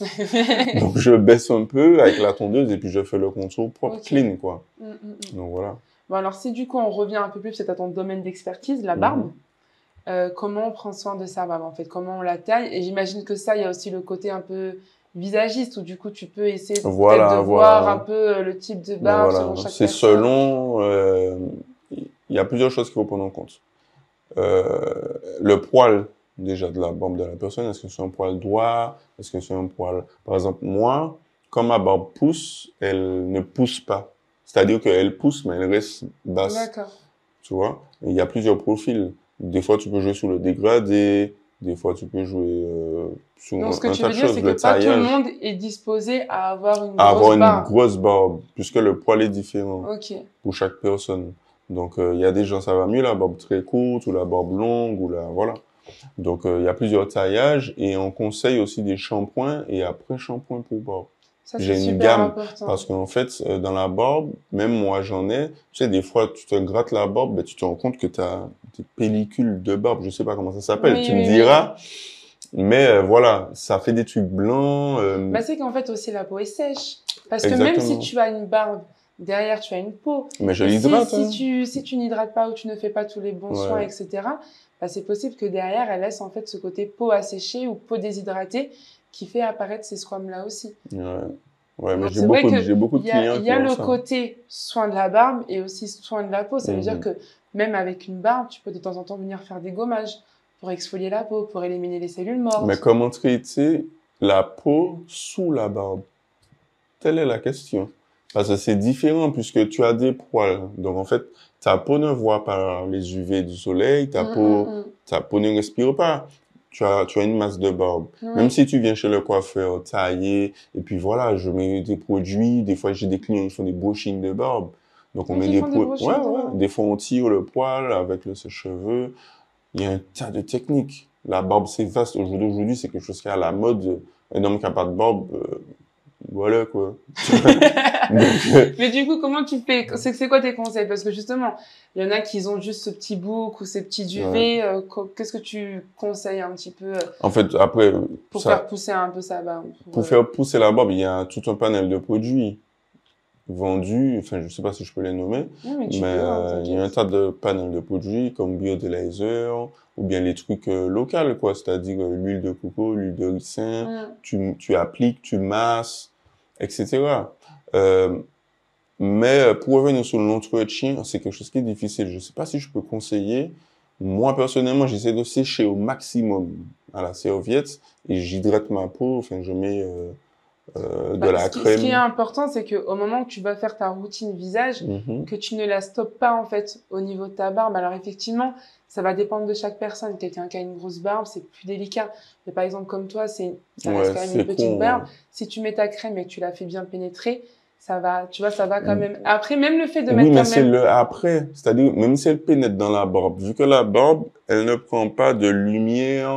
Donc, je baisse un peu avec la tondeuse et puis je fais le contour propre, okay. clean, quoi. Mmh, mmh. Donc, voilà. Bon, alors, si du coup, on revient un peu plus peut-être à ton domaine d'expertise, la barbe, mmh. euh, comment on prend soin de sa barbe, en fait? Comment on la taille? Et j'imagine que ça, il y a aussi le côté un peu visagiste où du coup, tu peux essayer de, voilà, de voilà. voir un peu le type de barbe voilà. selon chaque C'est personne. selon... Euh, il y a plusieurs choses qu'il faut prendre en compte. Euh, le poil, déjà, de la barbe de la personne, est-ce que c'est un poil droit? Est-ce que c'est un poil... Par exemple, moi, quand ma barbe pousse, elle ne pousse pas. C'est-à-dire qu'elle pousse, mais elle reste basse. D'accord. Tu vois? Et il y a plusieurs profils. Des fois, tu peux jouer sur le dégradé. Des fois, tu peux jouer euh, sur Donc, un, ce que un tu tas veux de dire, choses. c'est que pas tout le monde est disposé à avoir une à grosse avoir barbe. une grosse barbe, puisque le poil est différent okay. pour chaque personne. Donc, il euh, y a des gens, ça va mieux, la barbe très courte, ou la barbe longue, ou la... Voilà. Donc, il euh, y a plusieurs taillages, et on conseille aussi des shampoings, et après shampoing pour barbe. Ça, j'ai une gamme, important. Parce qu'en fait, euh, dans la barbe, même moi j'en ai, tu sais, des fois tu te grattes la barbe, ben, tu te rends compte que tu as des pellicules de barbe, je sais pas comment ça s'appelle, oui, tu oui, me diras. Oui. Mais euh, voilà, ça fait des trucs blancs. Euh... Bah, c'est qu'en fait aussi la peau est sèche. Parce Exactement. que même si tu as une barbe, derrière tu as une peau. Mais je l'hydrate. Si, hein. si tu si tu n'hydrates pas ou tu ne fais pas tous les bons ouais. soins, et cetera, bah, c'est possible que derrière elle laisse en fait ce côté peau asséchée ou peau déshydratée qui fait apparaître ces squames-là aussi. Ouais. Ouais, mais j'ai beaucoup, j'ai beaucoup de clients. Il y a, y a le ça. côté soin de la barbe et aussi soin de la peau. Ça veut mmh. dire que même avec une barbe, tu peux de temps en temps venir faire des gommages pour exfolier la peau, pour éliminer les cellules mortes. Mais comment traiter la peau sous la barbe? Telle est la question. Parce que c'est différent puisque tu as des poils. Donc en fait, ta peau ne voit pas les U V du soleil, ta, mmh, peau, mmh. ta peau ne respire pas. Tu as, tu as une masse de barbe. Mmh. Même si tu viens chez le coiffeur tailler, et puis voilà, je mets des produits, des fois j'ai des clients qui font des brushings de barbe. Donc on oui, met des produits, ouais, ouais. Des fois on tire le poil avec le sèche-cheveux. Il y a un tas de techniques. La barbe c'est vaste. Aujourd'hui, c'est quelque chose qui est à la mode. Un homme qui n'a pas de barbe, euh, voilà quoi. Donc, mais du coup, comment tu fais? C'est, c'est quoi tes conseils? Parce que justement, il y en a qui ont juste ce petit bouc ou ces petits duvets. Ouais. Euh, qu'est-ce que tu conseilles un petit peu? En fait, après, pour ça, faire pousser un peu sa barbe. Pour, pour euh... faire pousser la barbe, il y a tout un panel de produits vendus. Enfin, je sais pas si je peux les nommer, oui, mais, mais euh, il y a un tas de panels de produits comme Biodelaser ou bien les trucs euh, locaux, quoi. C'est-à-dire euh, l'huile de coco, l'huile de ricin. Mm. Tu, tu appliques, tu masses, et cetera. Euh, mais pour revenir sur l'entretien, c'est quelque chose qui est difficile. Je sais pas si je peux conseiller. Moi, personnellement, j'essaie de sécher au maximum à la serviette et j'hydrate ma peau. Enfin, je mets euh, euh, de bah, la ce crème. Qui, ce qui est important, c'est qu'au moment où tu vas faire ta routine visage, mm-hmm. que tu ne la stoppes pas, en fait, au niveau de ta barbe. Alors, effectivement, ça va dépendre de chaque personne. Quelqu'un qui a une grosse barbe, c'est plus délicat. Mais par exemple, comme toi, c'est, ça reste ouais, quand même une petite con, barbe. Ouais. Si tu mets ta crème et que tu la fais bien pénétrer, ça va, tu vois, ça va quand même. Après, même le fait de oui, mettre mais quand c'est même... le après. C'est-à-dire, même si elle pénètre dans la barbe, vu que la barbe, elle ne prend pas de lumière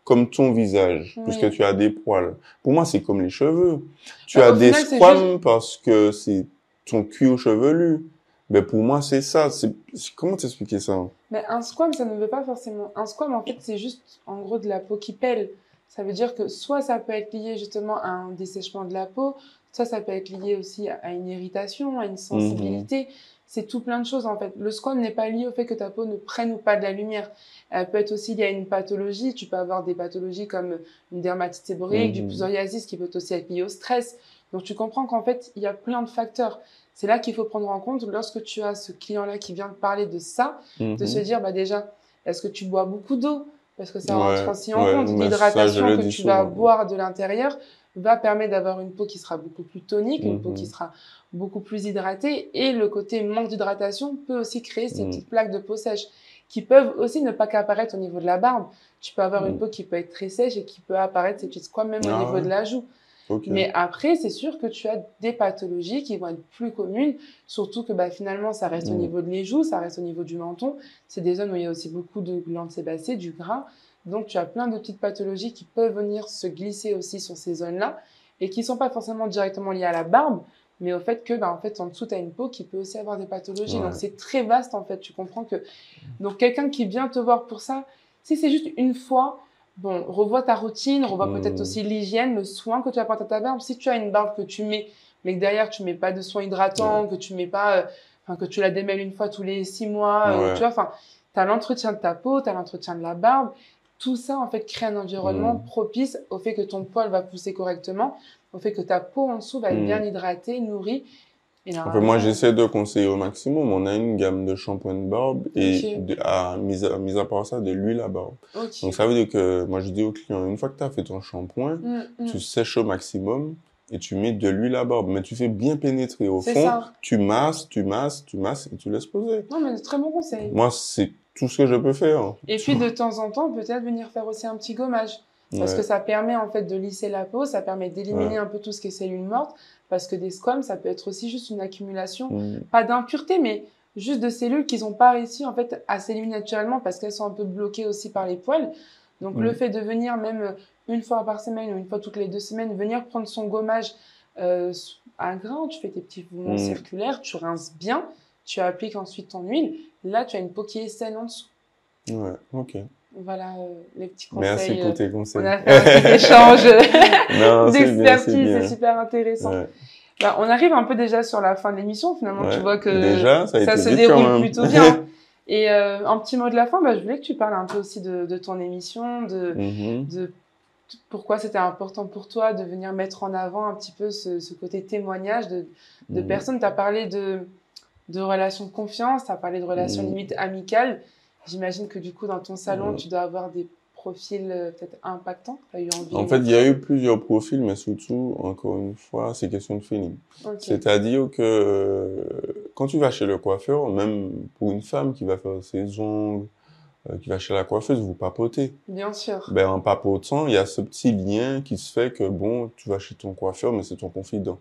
comme ton visage, Oui. puisque tu as des poils. Pour moi, c'est comme les cheveux. Tu Bah, as au des final, c'est squames juste- parce que c'est ton cuir chevelu. Ben, pour moi, c'est ça. C'est, c'est- comment t'expliquer ça? Mais un squam, ça ne veut pas forcément. Un squam, en fait, c'est juste, en gros, de la peau qui pèle. Ça veut dire que soit ça peut être lié justement à un dessèchement de la peau, soit ça peut être lié aussi à une irritation, à une sensibilité. C'est tout plein de choses, en fait. Le squam n'est pas lié au fait que ta peau ne prenne ou pas de la lumière. Elle peut être aussi liée à une pathologie. Tu peux avoir des pathologies comme une dermatite séborrhéique, du Mhm. psoriasis, qui peut aussi être lié au stress. Donc, tu comprends qu'en fait, il y a plein de facteurs. C'est là qu'il faut prendre en compte lorsque tu as ce client-là qui vient te parler de ça, de se Mhm. dire, bah déjà, est-ce que tu bois beaucoup d'eau? Parce que ça Ouais, rentre aussi en ouais, compte. mais ça, je L'hydratation le que dis tu vas souvent. boire de l'intérieur va permettre d'avoir une peau qui sera beaucoup plus tonique, une peau Mhm. qui sera beaucoup plus hydratée. Et le côté manque d'hydratation peut aussi créer ces Mhm. petites plaques de peau sèche qui peuvent aussi ne pas qu'apparaître au niveau de la barbe. Tu peux avoir une Mhm. peau qui peut être très sèche et qui peut apparaître ces petites squames même au Ah niveau ouais? de la joue. Ok. Mais après, c'est sûr que tu as des pathologies qui vont être plus communes, surtout que bah, finalement, ça reste au Mm. niveau de les joues, ça reste au niveau du menton. C'est des zones où il y a aussi beaucoup de glandes sébacées, du gras. Donc, tu as plein de petites pathologies qui peuvent venir se glisser aussi sur ces zones-là et qui sont pas forcément directement liées à la barbe, mais au fait que, bah, en fait, en dessous, tu as une peau qui peut aussi avoir des pathologies. Ouais. Donc, c'est très vaste, en fait. Tu comprends que, donc, quelqu'un qui vient te voir pour ça, si c'est juste une fois, bon, revois ta routine, revois peut-être Mm. aussi l'hygiène, le soin que tu apportes à ta barbe. Si tu as une barbe que tu mets, mais que derrière tu mets pas de soin hydratant, que tu mets pas, euh, enfin, que tu la démêles une fois tous les six mois, euh, Ouais. tu vois, enfin, t'as l'entretien de ta peau, t'as l'entretien de la barbe. Tout ça, en fait, crée un environnement Mm. propice au fait que ton poil va pousser correctement, au fait que ta peau en dessous va être Mm. bien hydratée, nourrie. Et En fait, normalement, moi, j'essaie de conseiller au maximum. On a une gamme de shampoings de barbe et, Ok. de, à, mis, à, mis à part ça, de l'huile à barbe. Ok. Donc, ça veut dire que, moi, je dis aux clients, une fois que tu as fait ton shampoing, Mm, mm. tu sèches au maximum et tu mets de l'huile à barbe. Mais tu fais bien pénétrer au C'est fond. ça. Tu masses, tu masses, tu masses et tu laisses poser. Non, mais de très bon conseil. Moi, c'est tout ce que je peux faire. Et puis, de temps en temps, peut-être venir faire aussi un petit gommage. Parce Ouais. que ça permet, en fait, de lisser la peau, ça permet d'éliminer Ouais. un peu tout ce qui est cellules mortes. Parce que des squames, ça peut être aussi juste une accumulation, Mm. pas d'impureté, mais juste de cellules qui n'ont pas réussi, en fait, à s'éliminer naturellement parce qu'elles sont un peu bloquées aussi par les poils. Donc, Mm. le fait de venir même une fois par semaine ou une fois toutes les deux semaines, venir prendre son gommage euh, à grain, tu fais tes petits mouvements Mm. circulaires, tu rinces bien, tu appliques ensuite ton huile. Là, tu as une peau qui est saine en dessous. Ouais, ok. Voilà euh, les petits conseils. Merci pour tes euh, conseils. On a fait un petit échange Non, c'est bien, c'est d'expertise, bien. c'est super intéressant. Ouais. Bah, on arrive un peu déjà sur la fin de l'émission. Finalement, Ouais. tu vois que Déjà, ça a été se vite quand déroule même. plutôt bien. Et euh, un petit mot de la fin, bah, je voulais que tu parles un peu aussi de, de ton émission, de, Mhm. de pourquoi c'était important pour toi de venir mettre en avant un petit peu ce, ce côté témoignage de, de Mhm. personnes. Tu as parlé de, de relations de confiance, tu as parlé de relations Mhm. limite amicales. J'imagine que du coup, dans ton salon, Mhm. tu dois avoir des profils euh, peut-être impactants. Tu as eu envie En de fait, il mettre- y a eu plusieurs profils, mais surtout, encore une fois, c'est question de feeling. Ok. C'est-à-dire que euh, quand tu vas chez le coiffeur, même pour une femme qui va faire ses ongles, euh, qui va chez la coiffeuse, vous papotez. Bien sûr. Ben, en papotant, il y a ce petit lien qui se fait que, bon, tu vas chez ton coiffeur, mais c'est ton confident.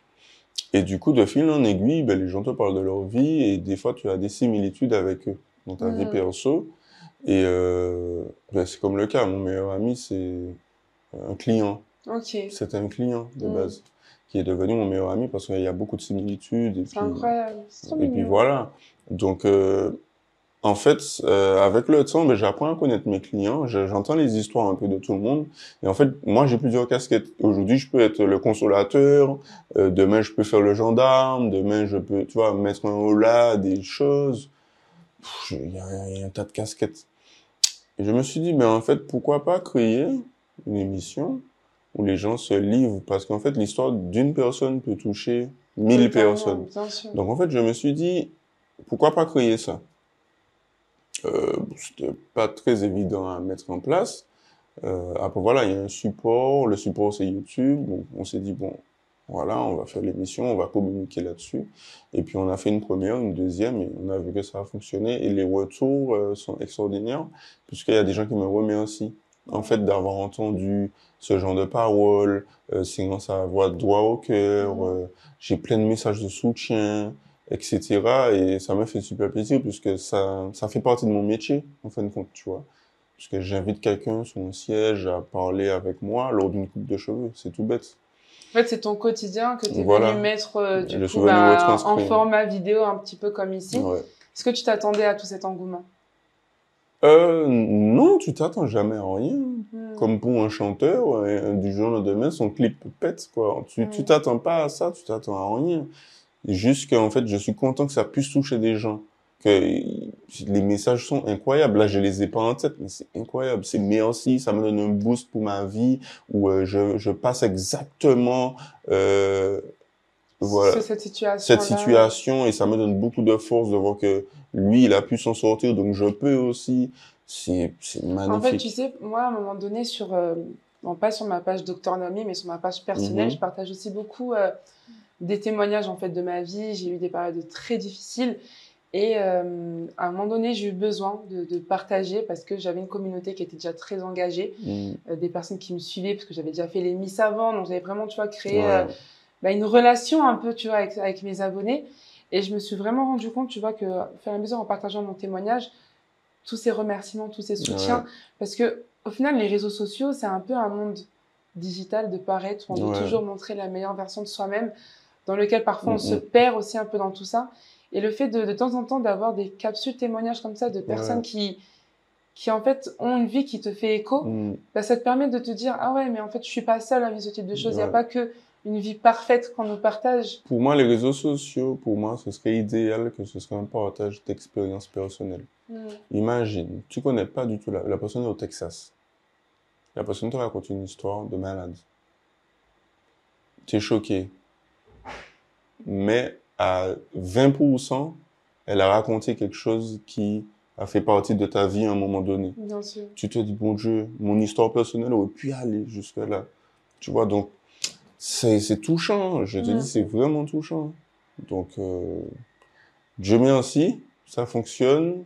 Et du coup, de fil en aiguille, ben, les gens te parlent de leur vie et des fois, tu as des similitudes avec eux dans ta vie Mhm. perso. Et euh, ben, c'est comme le cas, mon meilleur ami, c'est un client. Ok. C'est un client de Mm. base qui est devenu mon meilleur ami parce qu'il y a beaucoup de similitudes. Et C'est puis, incroyable. C'est trop et puis mignon. voilà. Donc, euh, en fait, euh, avec le temps, ben, j'apprends à connaître mes clients. Je- J'entends les histoires un peu de tout le monde. Et en fait, moi, j'ai plusieurs casquettes. Aujourd'hui, je peux être le consolateur. Euh, demain, je peux faire le gendarme. Demain, je peux, tu vois, mettre un holà, des choses. Pff, Il y, a il y a un tas de casquettes. Et je me suis dit, mais en fait, pourquoi pas créer une émission où les gens se livrent? Parce qu'en fait, l'histoire d'une personne peut toucher mille Totalement, personnes. bien sûr. Donc, en fait, je me suis dit, pourquoi pas créer ça? Euh, c'était pas très évident à mettre en place. Euh, après, voilà, il y a un support. Le support, c'est YouTube. Donc, on s'est dit, bon, voilà, on va faire l'émission, on va communiquer là-dessus. Et puis, on a fait une première, une deuxième, et on a vu que ça a fonctionné. Et les retours euh, sont extraordinaires, puisqu'il y a des gens qui me remercient, en fait, d'avoir entendu ce genre de paroles, euh, sinon ça voix droit au cœur. Mhm. Euh, j'ai plein de messages de soutien, et cetera. Et ça m'a fait super plaisir, puisque ça, ça fait partie de mon métier, en fin de compte, tu vois. Parce que j'invite quelqu'un sur mon siège à parler avec moi lors d'une coupe de cheveux. C'est tout bête. En fait, c'est ton quotidien que tu es Voilà. venu mettre euh, du Je coup, suis venu bah, retranscrire. en format vidéo, un petit peu comme ici. Ouais. Est-ce que tu t'attendais à tout cet engouement? Euh, non, tu t'attends jamais à rien. Hmm. Comme pour un chanteur, euh, du jour au lendemain, son clip pète, quoi. Tu, Mm. tu t'attends pas à ça, tu t'attends à rien. Juste qu'en fait, je suis content que ça puisse toucher des gens. Que les messages sont incroyables. Là, je les ai pas en tête, mais c'est incroyable. C'est merci, ça me donne un boost pour ma vie, où euh, je, je passe exactement, euh, voilà, C'est cette situation. cette situation, et ça me donne beaucoup de force de voir que lui, il a pu s'en sortir, donc je peux aussi. C'est, c'est magnifique. En fait, tu sais, moi, à un moment donné, sur, euh, bon, pas sur ma page Docteur Nomi, mais sur ma page personnelle, Mm-hmm. je partage aussi beaucoup euh, des témoignages en fait de ma vie. J'ai eu des périodes très difficiles. Et euh, à un moment donné, j'ai eu besoin de, de partager parce que j'avais une communauté qui était déjà très engagée, Mm. euh, des personnes qui me suivaient parce que j'avais déjà fait les Miss avant, donc j'avais vraiment, tu vois, créé Ouais. euh, bah, une relation un peu, tu vois, avec, avec mes abonnés. Et je me suis vraiment rendu compte, tu vois, que au fur et à mesure en partageant mon témoignage, tous ces remerciements, tous ces soutiens, Ouais. parce que au final, les réseaux sociaux, c'est un peu un monde digital de paraître où on doit Ouais. toujours montrer la meilleure version de soi-même, dans lequel parfois on Mm-mm. se perd aussi un peu dans tout ça. Et le fait de, de temps en temps d'avoir des capsules témoignages comme ça de personnes Ouais. qui, qui en fait ont une vie qui te fait écho, Mm. bah, ça te permet de te dire ah ouais, mais en fait je suis pas seule à vivre ce type de choses. Il n'y a Ouais. pas que une vie parfaite qu'on nous partage. Pour moi, les réseaux sociaux, pour moi, ce serait idéal que ce soit un partage d'expériences personnelles. Mm. Imagine, tu connais pas du tout la, la personne est au Texas. La personne te raconte une histoire de malade. Tu es choqué. Mais à vingt pour cent, elle a raconté quelque chose qui a fait partie de ta vie à un moment donné. Bien sûr. Tu te dis, bon Dieu, mon histoire personnelle aurait pu aller jusque-là. Tu vois, donc, c'est, c'est touchant. Je te Mm. dis, c'est vraiment touchant. Donc, euh, Dieu merci, ça fonctionne.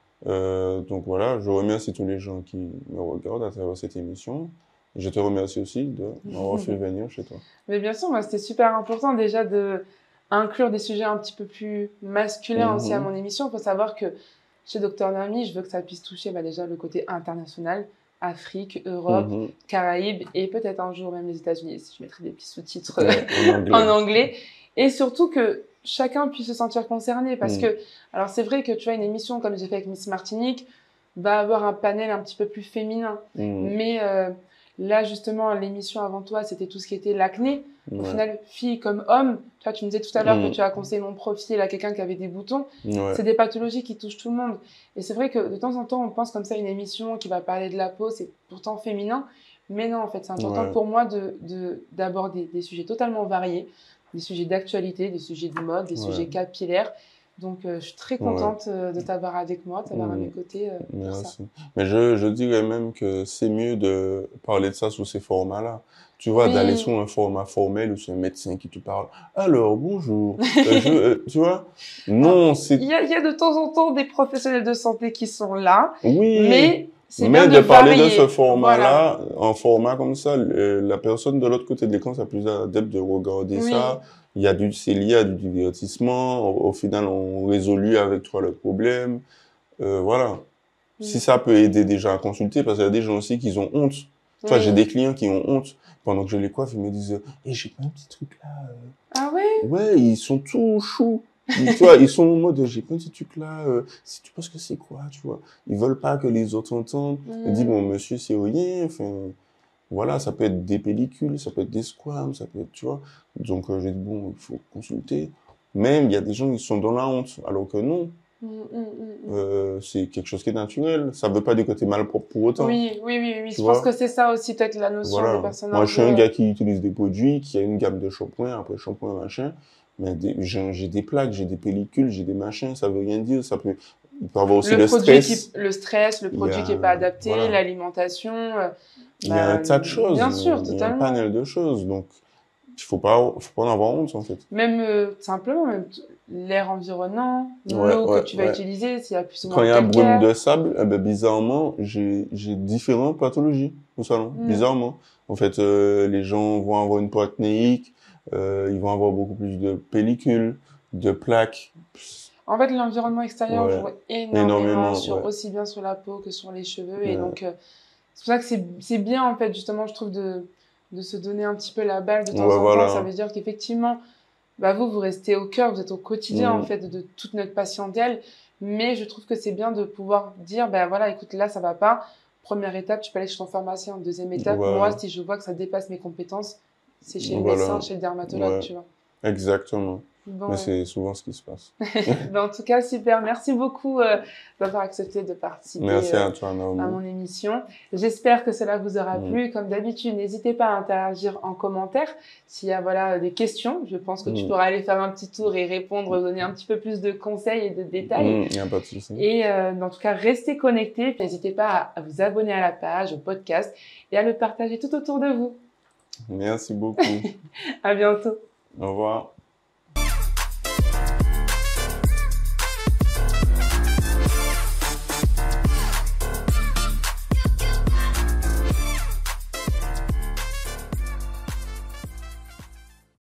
Euh, donc voilà, je remercie tous les gens qui me regardent à travers cette émission. Je te remercie aussi de m'avoir fait venir chez toi. Mais bien sûr, moi, c'était super important déjà de inclure des sujets un petit peu plus masculins Mhm. aussi à mon émission. Il faut savoir que chez Docteur Nomi, je veux que ça puisse toucher bah, déjà le côté international, Afrique, Europe, Mhm. Caraïbes et peut-être un jour même les États-Unis, si je mettrai des petits sous-titres Ouais, en anglais. en anglais. Et surtout que chacun puisse se sentir concerné. Parce Mm. que, alors c'est vrai que tu vois, une émission comme j'ai fait avec Miss Martinique va avoir un panel un petit peu plus féminin. Mhm. Mais euh, là, justement, l'émission avant toi, c'était tout ce qui était l'acné. Au Ouais. final, fille comme homme, tu vois, tu me disais tout à l'heure Mm. que tu as conseillé mon profil à quelqu'un qui avait des boutons. Ouais. C'est des pathologies qui touchent tout le monde. Et c'est vrai que de temps en temps, on pense comme ça à une émission qui va parler de la peau, c'est pourtant féminin. Mais non, en fait, c'est important Ouais. pour moi de, de, d'aborder des sujets totalement variés, des sujets d'actualité, des sujets de mode, des Ouais. sujets capillaires. Donc, euh, je suis très contente euh, de t'avoir avec moi, de t'avoir à Mm. mes côtés euh, pour ça. Merci. Mais je, je dirais même que c'est mieux de parler de ça sous ces formats-là. Tu vois, Oui. d'aller sur un format formel ou sur un médecin qui te parle. Alors, bonjour. Euh, je, euh, tu vois? Non, c'est, Il y a, il y a de temps en temps des professionnels de santé qui sont là, oui. mais c'est Mais bien de, de parler varier. de ce format-là, Voilà. en format comme ça, le- la personne de l'autre côté de l'écran, c'est plus adepte de regarder Oui. ça. Il y a du, c'est lié à du divertissement. Au, au final, on résout avec toi le problème. Euh, voilà. Mm. Si ça peut aider déjà à consulter, parce qu'il y a des gens aussi qui ont honte. Tu vois, Oui. j'ai des clients qui ont honte. Pendant que je les coiffe, ils me disent, eh, j'ai pas un petit truc là. euh. Ah ouais? Ouais, ils sont tout choux. Ils, tu vois, ils sont en mode, j'ai pas un petit truc là. euh, si tu penses que c'est quoi, tu vois. Ils veulent pas que les autres entendent. Mm. Ils disent, bon, monsieur, c'est rien. Enfin, voilà, ça peut être des pellicules, ça peut être des squames, ça peut être, tu vois. Donc, euh, j'ai dit, bon, il faut consulter. Même, il y a des gens qui sont dans la honte, alors que non. Mm, mm, mm, mm. Euh, c'est quelque chose qui est naturel. Ça veut pas dire que t'es mal propre pour autant. Oui, oui, oui, oui. Tu Je vois? pense que c'est ça aussi, peut-être la notion Voilà. des personnes Moi, un je suis peu, un euh, gars qui utilise des produits, qui a une gamme de shampoings, après shampoing, machin. Mais des- j'ai j'ai des plaques, j'ai des pellicules, j'ai des machins, ça veut rien dire. Ça peut, il peut avoir aussi le, le, produit stress. qui, le stress, le Il y produit a- qui est pas adapté, voilà. l'alimentation. euh, Il y a bah, un tas de choses. Bien sûr, Il y a un totalement. panel de choses. Donc, il faut pas, faut pas en avoir honte, en fait. Même euh, simplement, même t- l'air environnant, Ouais, l'eau ouais, que tu vas ouais. utiliser, s'il y a plus ou moins Quand il y a de brume calcaire. de sable, eh ben, bizarrement, j'ai, j'ai différentes pathologies au salon. Mm. Bizarrement. En fait, euh, les gens vont avoir une peau acnéique, euh, ils vont avoir beaucoup plus de pellicules, de plaques. En fait, l'environnement extérieur Ouais. joue énormément, Énormément, sur, ouais. aussi bien sur la peau que sur les cheveux. Ouais. Et donc, euh, c'est pour ça que c'est c'est bien, en fait, justement, je trouve, de, de se donner un petit peu la balle de temps Ouais, en voilà. temps. Ça veut dire qu'effectivement, bah, vous, vous restez au cœur, vous êtes au quotidien, Mm. en fait, de toute notre patientèle. Mais je trouve que c'est bien de pouvoir dire, ben voilà, écoute, là, ça va pas. Première étape, tu peux aller chez ton pharmacien. Deuxième étape, Voilà. moi, si je vois que ça dépasse mes compétences, c'est chez le Voilà. médecin, chez le dermatologue, Ouais. tu vois. Exactement. Bon, Mais ouais. c'est souvent ce qui se passe. Ben, en tout cas, super. Merci beaucoup euh, d'avoir accepté de participer Merci euh, à toi, à Naomi. mon émission. J'espère que cela vous aura Mm. plu. Comme d'habitude, n'hésitez pas à interagir en commentaire. S'il y a voilà, des questions, je pense que tu Mm. pourras aller faire un petit tour et répondre, donner un petit peu plus de conseils et de détails. Il n'y a pas de souci. Et euh, en tout cas, restez connectés. N'hésitez pas à, à vous abonner à la page, au podcast et à le partager tout autour de vous. Merci beaucoup. À bientôt. Au revoir.